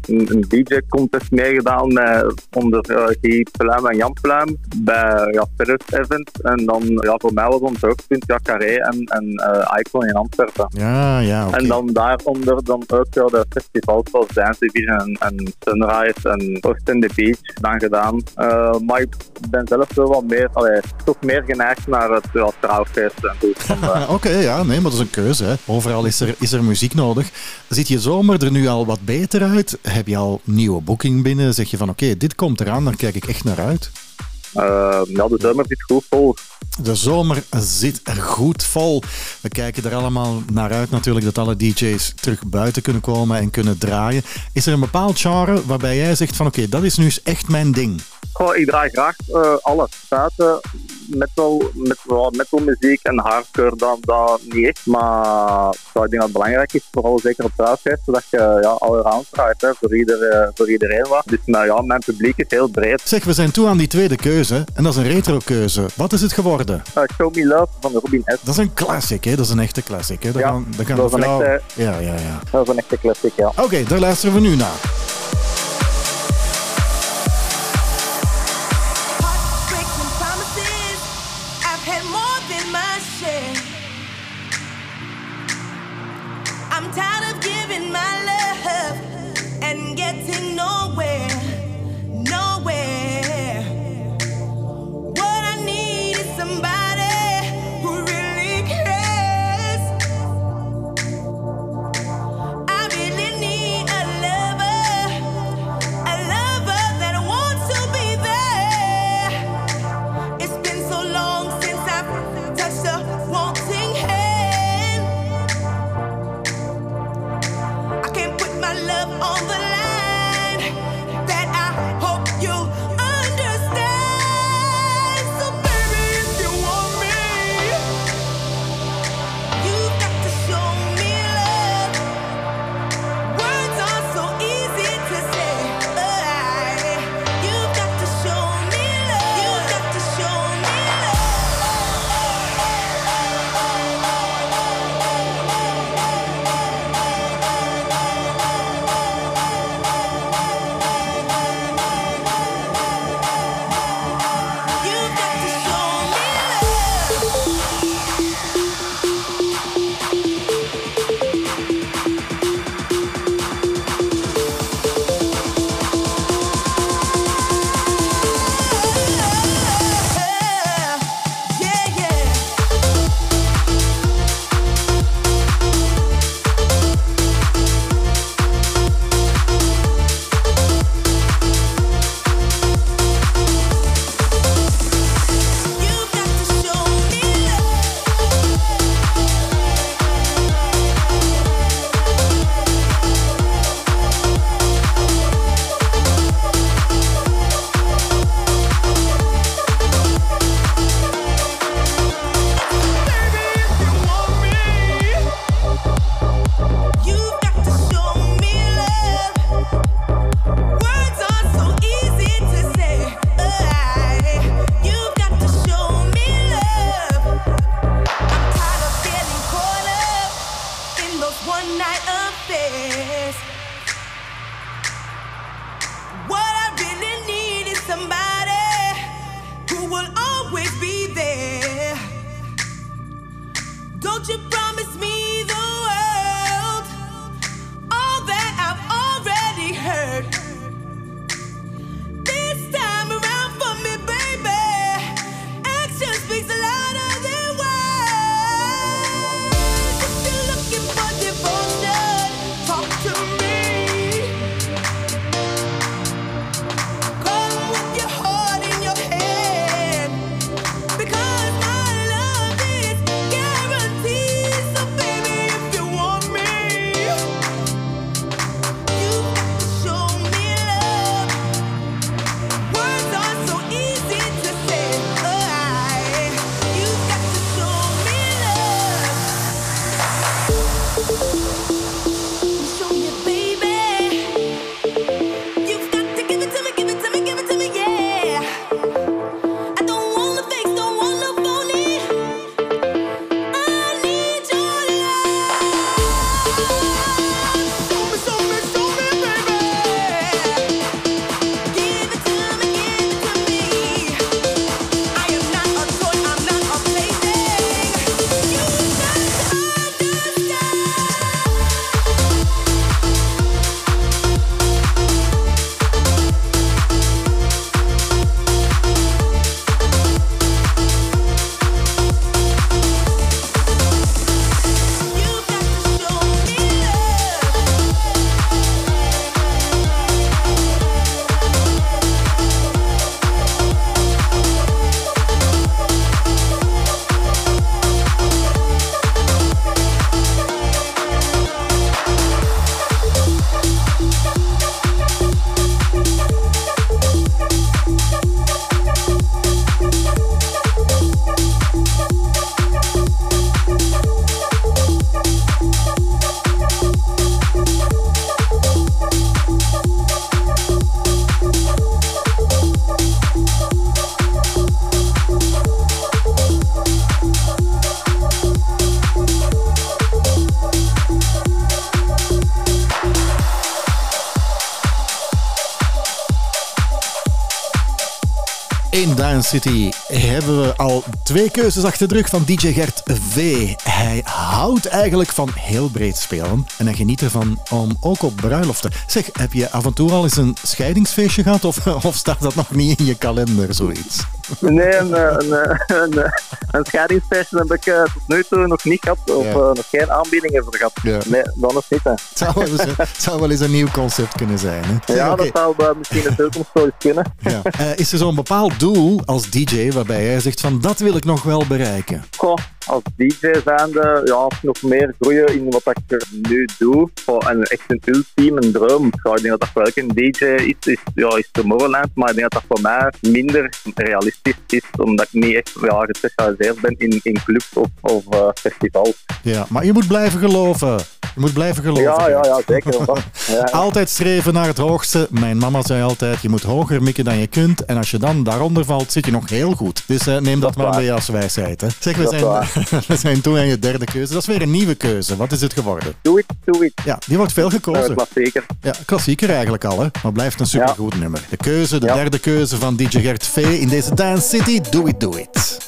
een DJ-contest meegedaan onder Guy Pluim en Jan Pluim bij Paris Event. En dan voor mij was ons hoogtepunt Carré en Icon in Antwerpen. Ja, oké. En dan daaronder dan ook de festivals zoals Dance Division en Sunrise en Oost in the Beach dan gedaan. Maar ik ben zelf wel wat meer, toch meer geneigd naar het trouwfeest en zo. Oké, ja, nee, maar dat is een keuze. Hè. Overal is er muziek nodig. Ziet je zomer er nu al wat beter uit? Heb je al nieuwe boeking binnen? Zeg je van oké, dit komt eraan, daar kijk ik echt naar uit? De zomer zit goed vol. De zomer zit goed vol. We kijken er allemaal naar uit natuurlijk dat alle DJ's terug buiten kunnen komen en kunnen draaien. Is er een bepaald genre waarbij jij zegt van oké, dat is nu eens echt mijn ding? Ik draai graag alles. Buiten metalmuziek en hardcore dan niet echt. Maar ik denk dat het belangrijk is, vooral zeker op trouwfeest, dat je allround draait, hè, voor iedereen wat. Dus mijn publiek is heel breed. Zeg, we zijn toe aan die tweede keuze en dat is een retro keuze. Wat is het geworden? Show Me Love van Robin S. Dat is een classic, hè? Dat is een echte classic, hè? Dat is een echte... Ja. Dat is een echte classic, ja. Oké, daar luisteren we nu naar. I'm tired of giving my love and getting nowhere. What I need is somebody who really cares. I really need a lover that wants to be there. It's been so long since I've touched a wanting hand. I can't put my love on the line. That I hope you'll understand. So baby, if you want me, you've got to show me love. Words are so easy to say, you've got to show me love. You've got to show me You've got to show me so In Dance City hebben we al 2 keuzes achter de rug van DJ Gert V. Hij houdt eigenlijk van heel breed spelen en hij geniet ervan om ook op bruiloften. Zeg, heb je af en toe al eens een scheidingsfeestje gehad of staat dat nog niet in je kalender, zoiets? Nee, een scheidingsfeestje heb ik tot nu toe nog niet gehad of nog geen aanbiedingen voor gehad. Ja. Nee, dat nog niet. Hè. Het zou wel eens een nieuw concept kunnen zijn. Hè? Ja, Oké. dat zou misschien in de toekomst wel eens kunnen. Ja. Is er zo'n bepaald doel als DJ waarbij jij zegt van dat wil ik nog wel bereiken? Goh, als DJ zijnde, ja, nog meer groeien in wat ik nu doe. En echt een ultieme droom. Ik denk dat dat voor elke DJ is Tomorrowland, maar ik denk dat dat voor mij minder realistisch is, omdat ik niet echt gespecialiseerd ben in clubs of festivals. Ja, maar je moet blijven geloven. Je moet blijven geloven. Ja, zeker. Ja. Altijd streven naar het hoogste. Mijn mama zei altijd, je moet hoger mikken dan je kunt. En als je dan daaronder valt, zit je nog heel goed. Dus neem dat maar mee als wijsheid. Hè. Zeg, we zijn toe aan je derde keuze. Dat is weer een nieuwe keuze. Wat is het geworden? Do It. Ja, die wordt veel gekozen. Klassieker. Ja, klassieker eigenlijk al, hè. Maar blijft een supergoed nummer. De derde keuze van DJ Gert V in deze Dance City. Do It.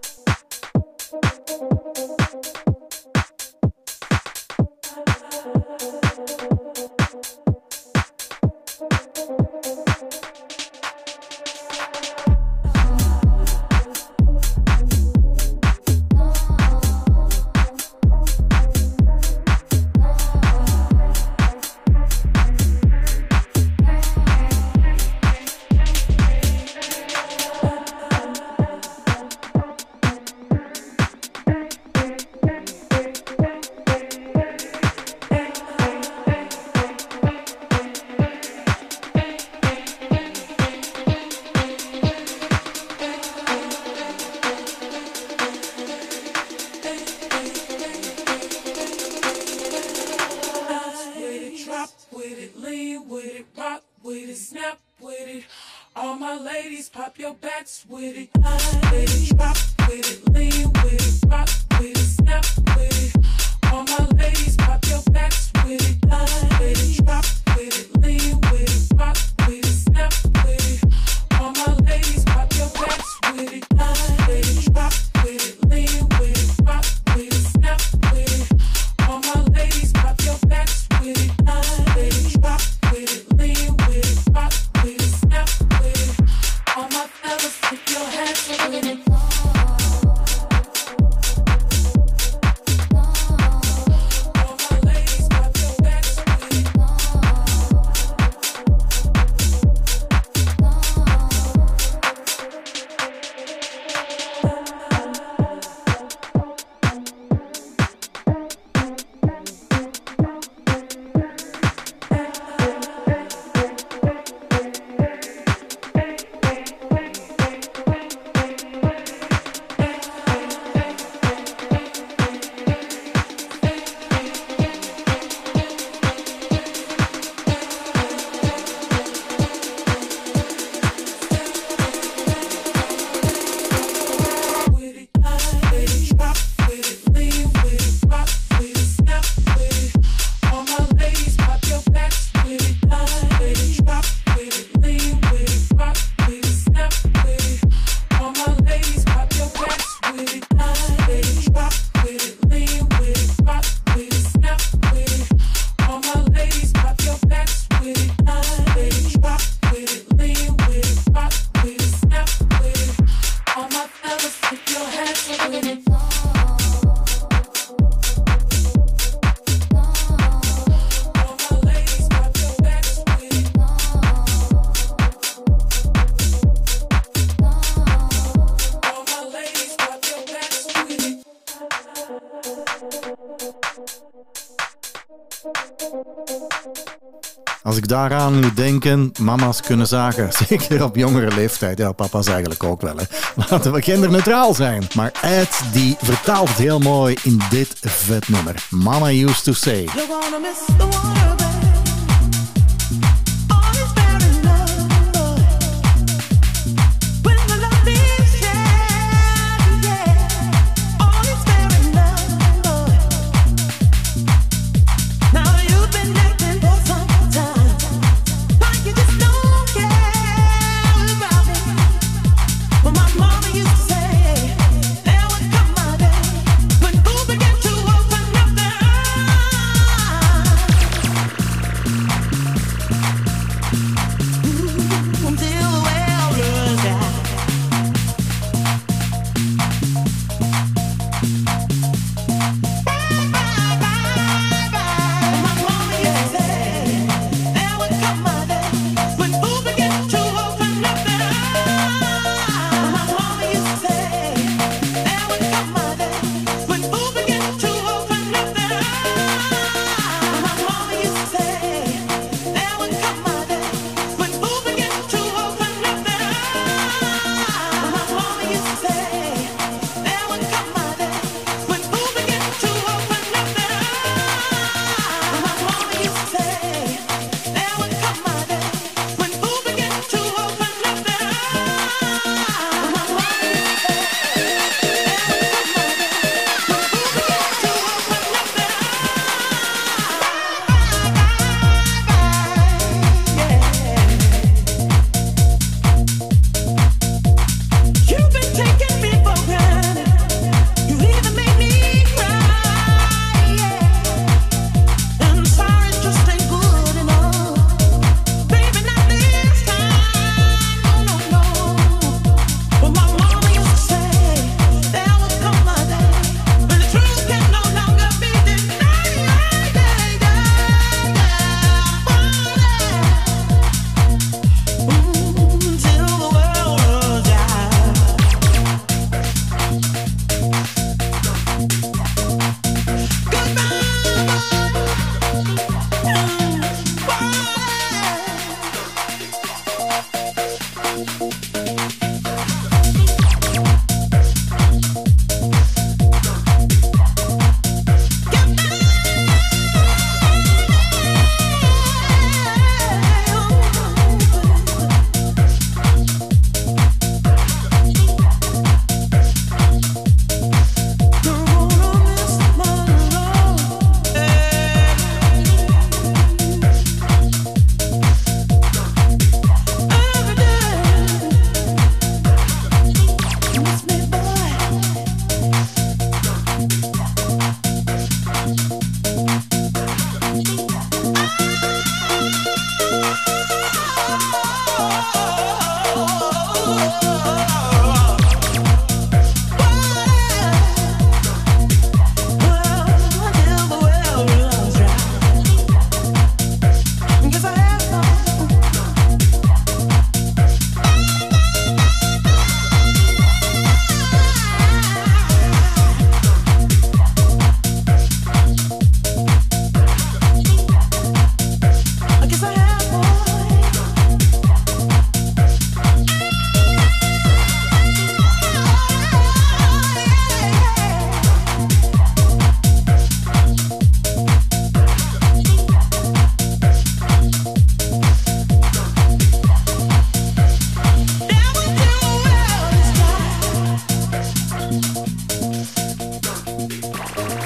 Als ik daaraan moet denken, mama's kunnen zagen, zeker op jongere leeftijd. Ja, papa's eigenlijk ook wel. Hè. Laten we genderneutraal zijn. Maar Ed, die vertaalt het heel mooi in dit vet nummer. Mama used to say. You're gonna miss the water, babe. All is fair in love, boy. When the love is shared, yeah. All is fair in love, boy. Now you've been acting for some time, like you just don't care about me.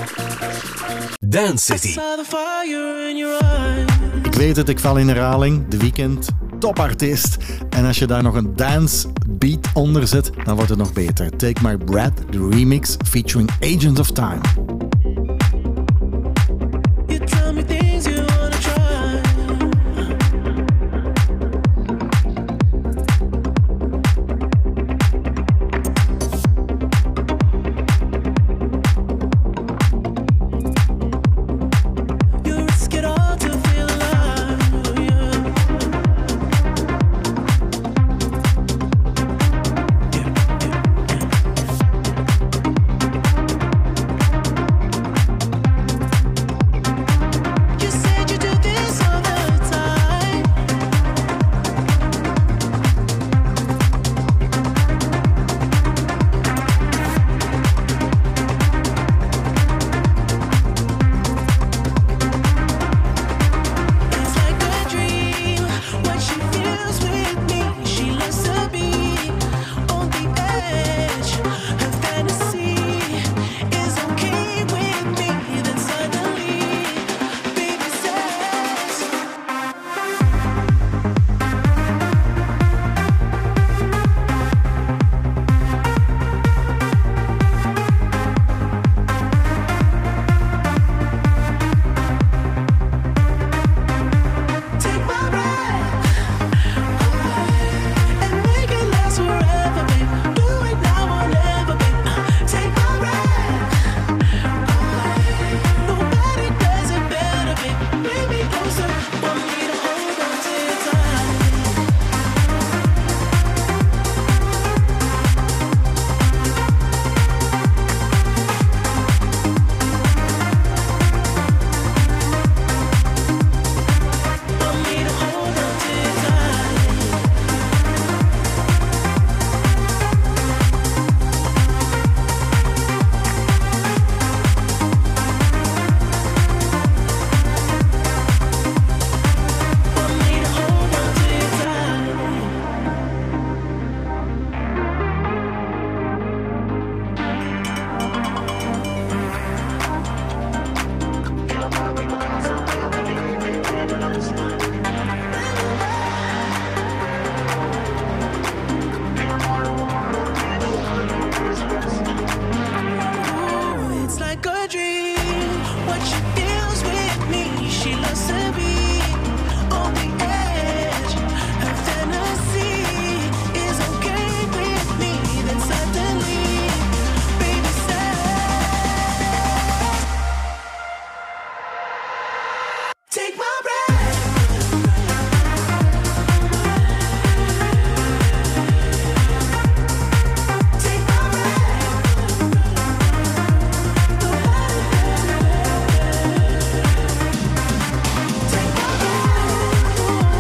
Dance I City. saw the fire in your eyes. Ik weet het, ik val in herhaling. The Weeknd, topartiest. En als je daar nog een dance beat onder zet, dan wordt het nog beter. Take My Breath, de remix featuring Agents of Time. You tell me things you wanna try. You risk it all to feel alive, yeah. You said you do this all the time. It's like a dream when she feels with me. She loves to be on the edge. Her fantasy is okay with me. Then suddenly, baby says. Take my breath and make it last forever, babe. Do it now or never, babe. Take my breath. Nobody does it better, babe. Bring me closer, want me to hold on to your tight. Want me to hold on to your tight. Want me to hold on to your tight. Ooh, it's like a dream when she feels with me. She loves to be on the edge. Her fantasy is okay with me. Then suddenly, baby says, take my breath. Take my breath. Take my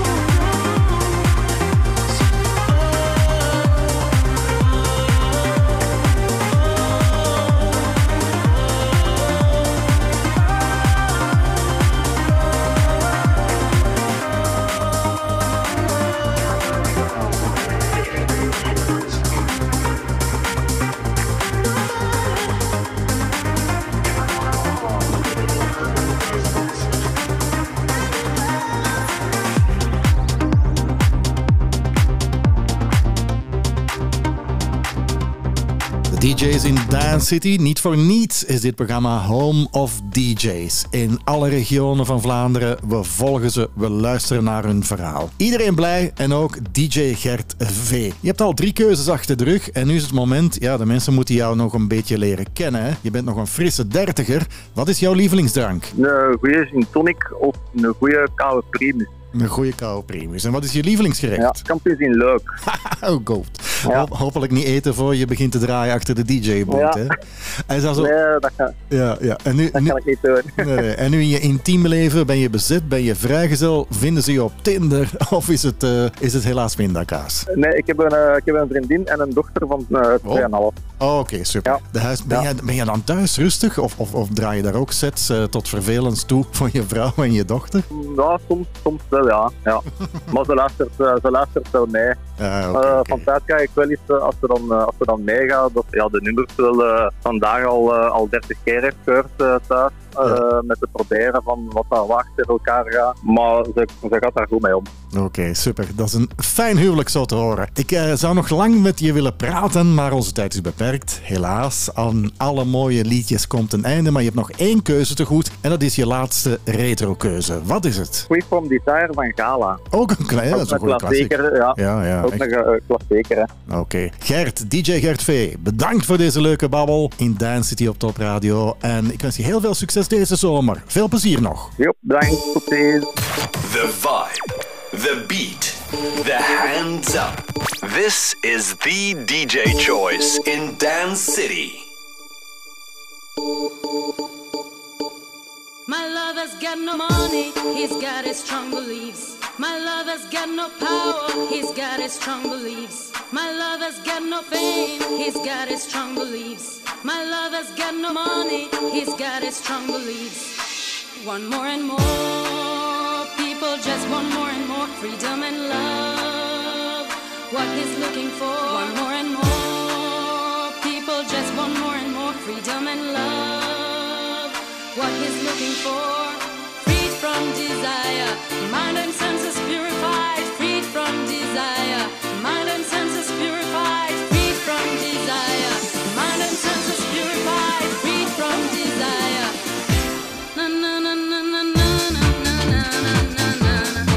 DJ's in Dance City. Niet voor niets is dit programma Home of DJ's. In alle regionen van Vlaanderen. We volgen ze, we luisteren naar hun verhaal. Iedereen blij en ook DJ Gert V. Je hebt al 3 keuzes achter de rug en nu is het moment, ja, de mensen moeten jou nog een beetje leren kennen. Hè? Je bent nog een frisse 30er. Wat is jouw lievelingsdrank? Een goede gin tonic of een goede koude primus. Een goede koude primus. En wat is je lievelingsgerecht? Ja, campus in Leuk. Oh god. Ja. Hopelijk niet eten voor je begint te draaien achter de DJ-boot. Ja. Hè? En zo... Nee, dat kan, Ja. En nu, dat kan ik niet doen. Nee. En nu in je intieme leven, ben je bezet, ben je vrijgezel, vinden ze je op Tinder of is het helaas pindakaas? Nee, ik heb een vriendin en een dochter van 2,5. Oh, oké, super. Ja. De huis, ben je dan thuis rustig of draai je daar ook sets tot vervelens toe voor je vrouw en je dochter? Ja, soms wel, ja. Maar ze luistert wel mee. Van tijd krijg eigenlijk wel eens, als we dan meegaan, dat de nummers wel vandaag al 30 keer heeft gehoord thuis. Met het proberen van wat daar wacht in elkaar gaat. Maar ze gaat daar goed mee om. Oké, super. Dat is een fijn huwelijk zo te horen. Ik zou nog lang met je willen praten, maar onze tijd is beperkt. Helaas, aan alle mooie liedjes komt een einde, maar je hebt nog 1 keuze te goed. En dat is je laatste retro-keuze. Wat is het? Free From Desire van Gala. Ook een klein, dat is een goede klassieker. Ja, ook echt. een klassieker. Oké. Gert, DJ Gert V, bedankt voor deze leuke babbel in Dance City op Top Radio. En ik wens je heel veel succes deze zomer. Veel plezier nog. Jo, bedankt. Tot ziens. The vibe, the beat, the hands up. This is the DJ choice in Dance City. My lover's got no money, he's got his strong beliefs. My lover's got no power, he's got his strong beliefs. My lover's got no fame, he's got his strong beliefs. My lover's got no money, he's got his strong beliefs. Want more and more, people just want more and more freedom and love. What he's looking for, want more and more, people just want more and more freedom and love. What he's looking for, freed from desire, mind and senses purified, freed from desire, mind and senses purified, freed from desire, mind and senses purified, freed from desire. Na na na na na na na na na na.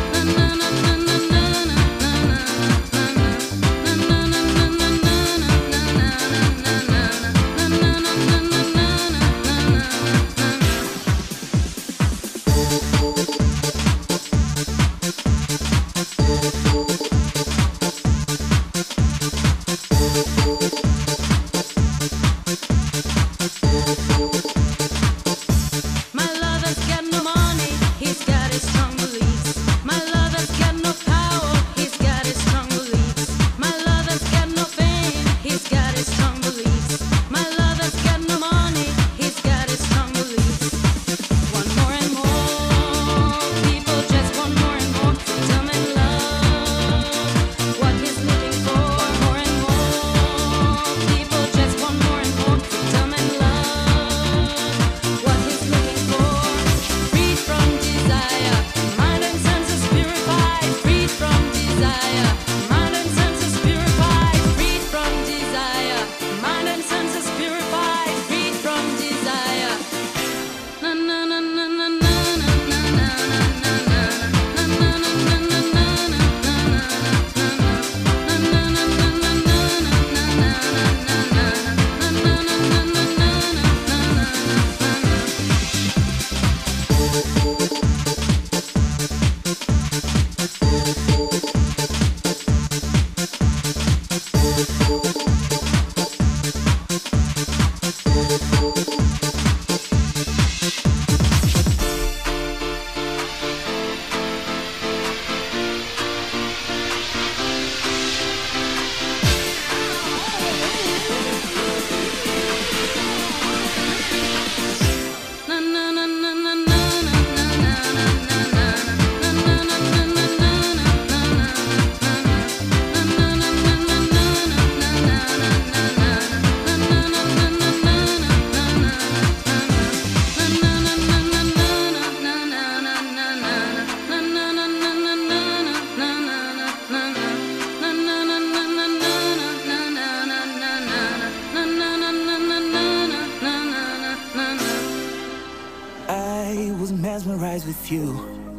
mesmerized with you.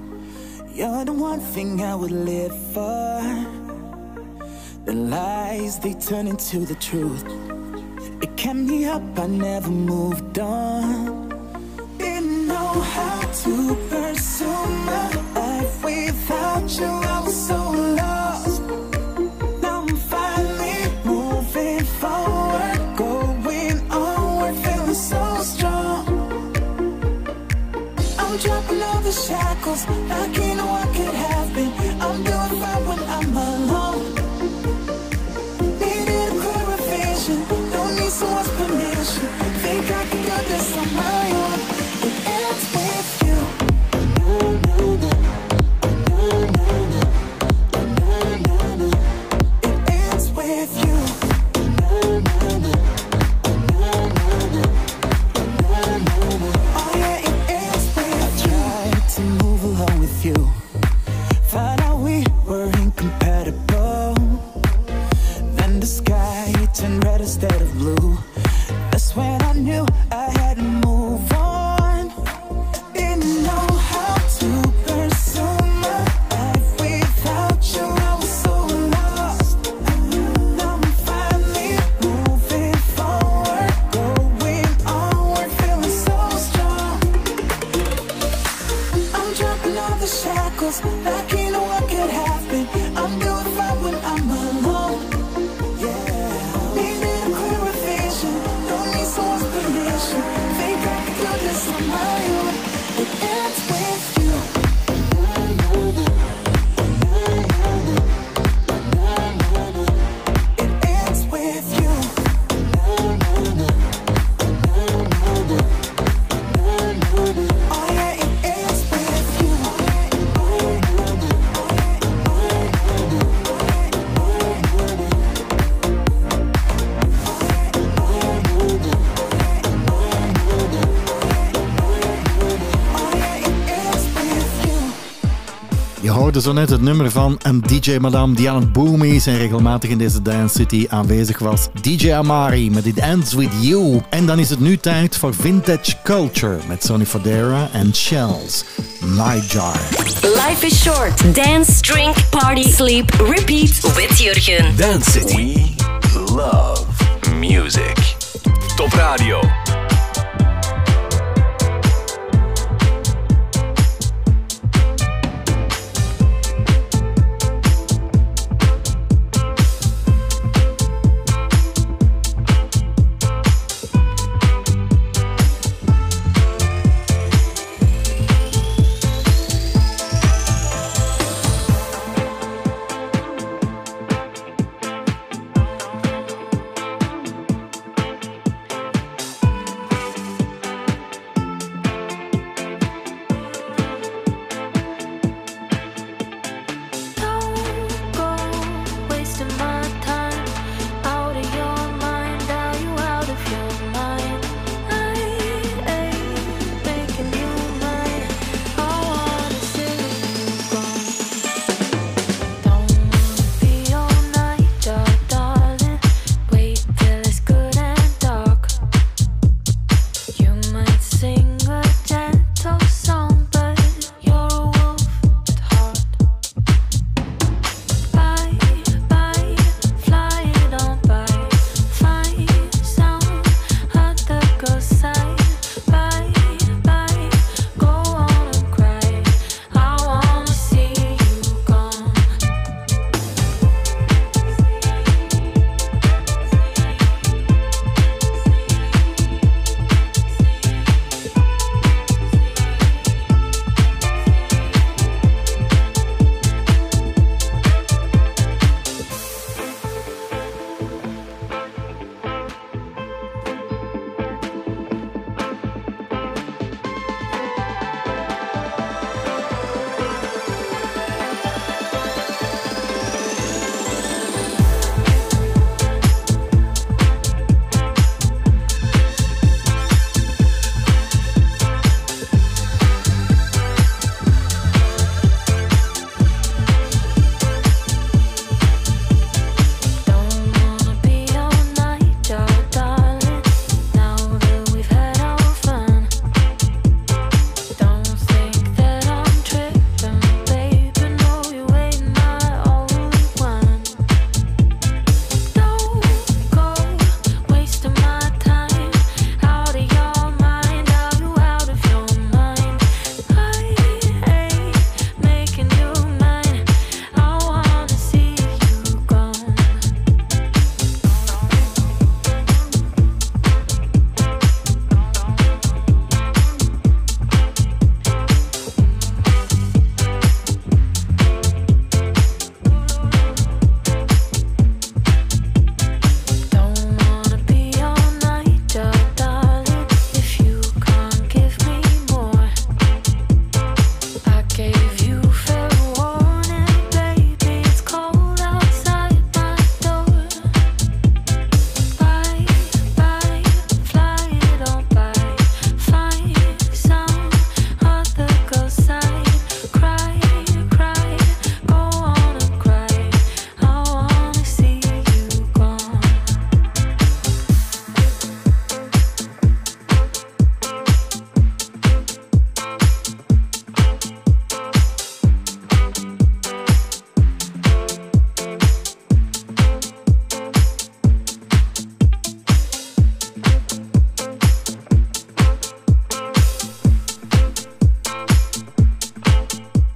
You're the one thing I would live for. The lies, they turn into the truth. It kept me up, I never moved on. Didn't know how to pursue my life without you. I was so lost. Now I'm finally moving forward, going onward, feeling so strong. I'm dropping all the shackles, like you know what could happen. I'm doing right when I'm alone. Needed a clearer vision, don't need someone's permission. Think I can do this on my own. It ends with you. It ends with you. feels like you know what could happen. I'm doing fine when I'm alone. Yeah, needed a clearer vision. Don't need someone's permission. Think I can do this on my own. It ends with you. It ends with you. Oh yeah, it ends with you. Je hoorde zo net het nummer van een DJ Madame die aan het boomen is en regelmatig in deze Dance City aanwezig was. DJ Amari met It Ends With You. En dan is het nu tijd voor Vintage Culture met Sonny Fodera en Shells. Nightjar. Life is short. Dance, drink, party, sleep, repeat with Jurgen. Dance City. We love music. Top Radio.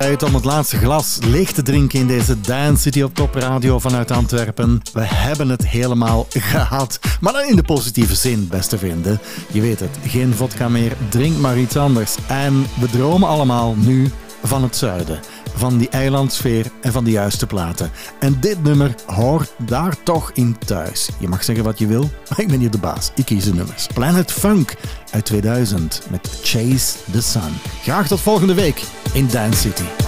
Tijd om het laatste glas leeg te drinken in deze Dance City op Top Radio vanuit Antwerpen. We hebben het helemaal gehad. Maar dan in de positieve zin, beste vrienden. Je weet het, geen vodka meer, drink maar iets anders. En we dromen allemaal nu van het zuiden. Van die eilandsfeer en van de juiste platen. En dit nummer hoort daar toch in thuis. Je mag zeggen wat je wil, maar ik ben hier de baas. Ik kies de nummers. Planet Funk uit 2000 met Chase the Sun. Graag tot volgende week in Dance City.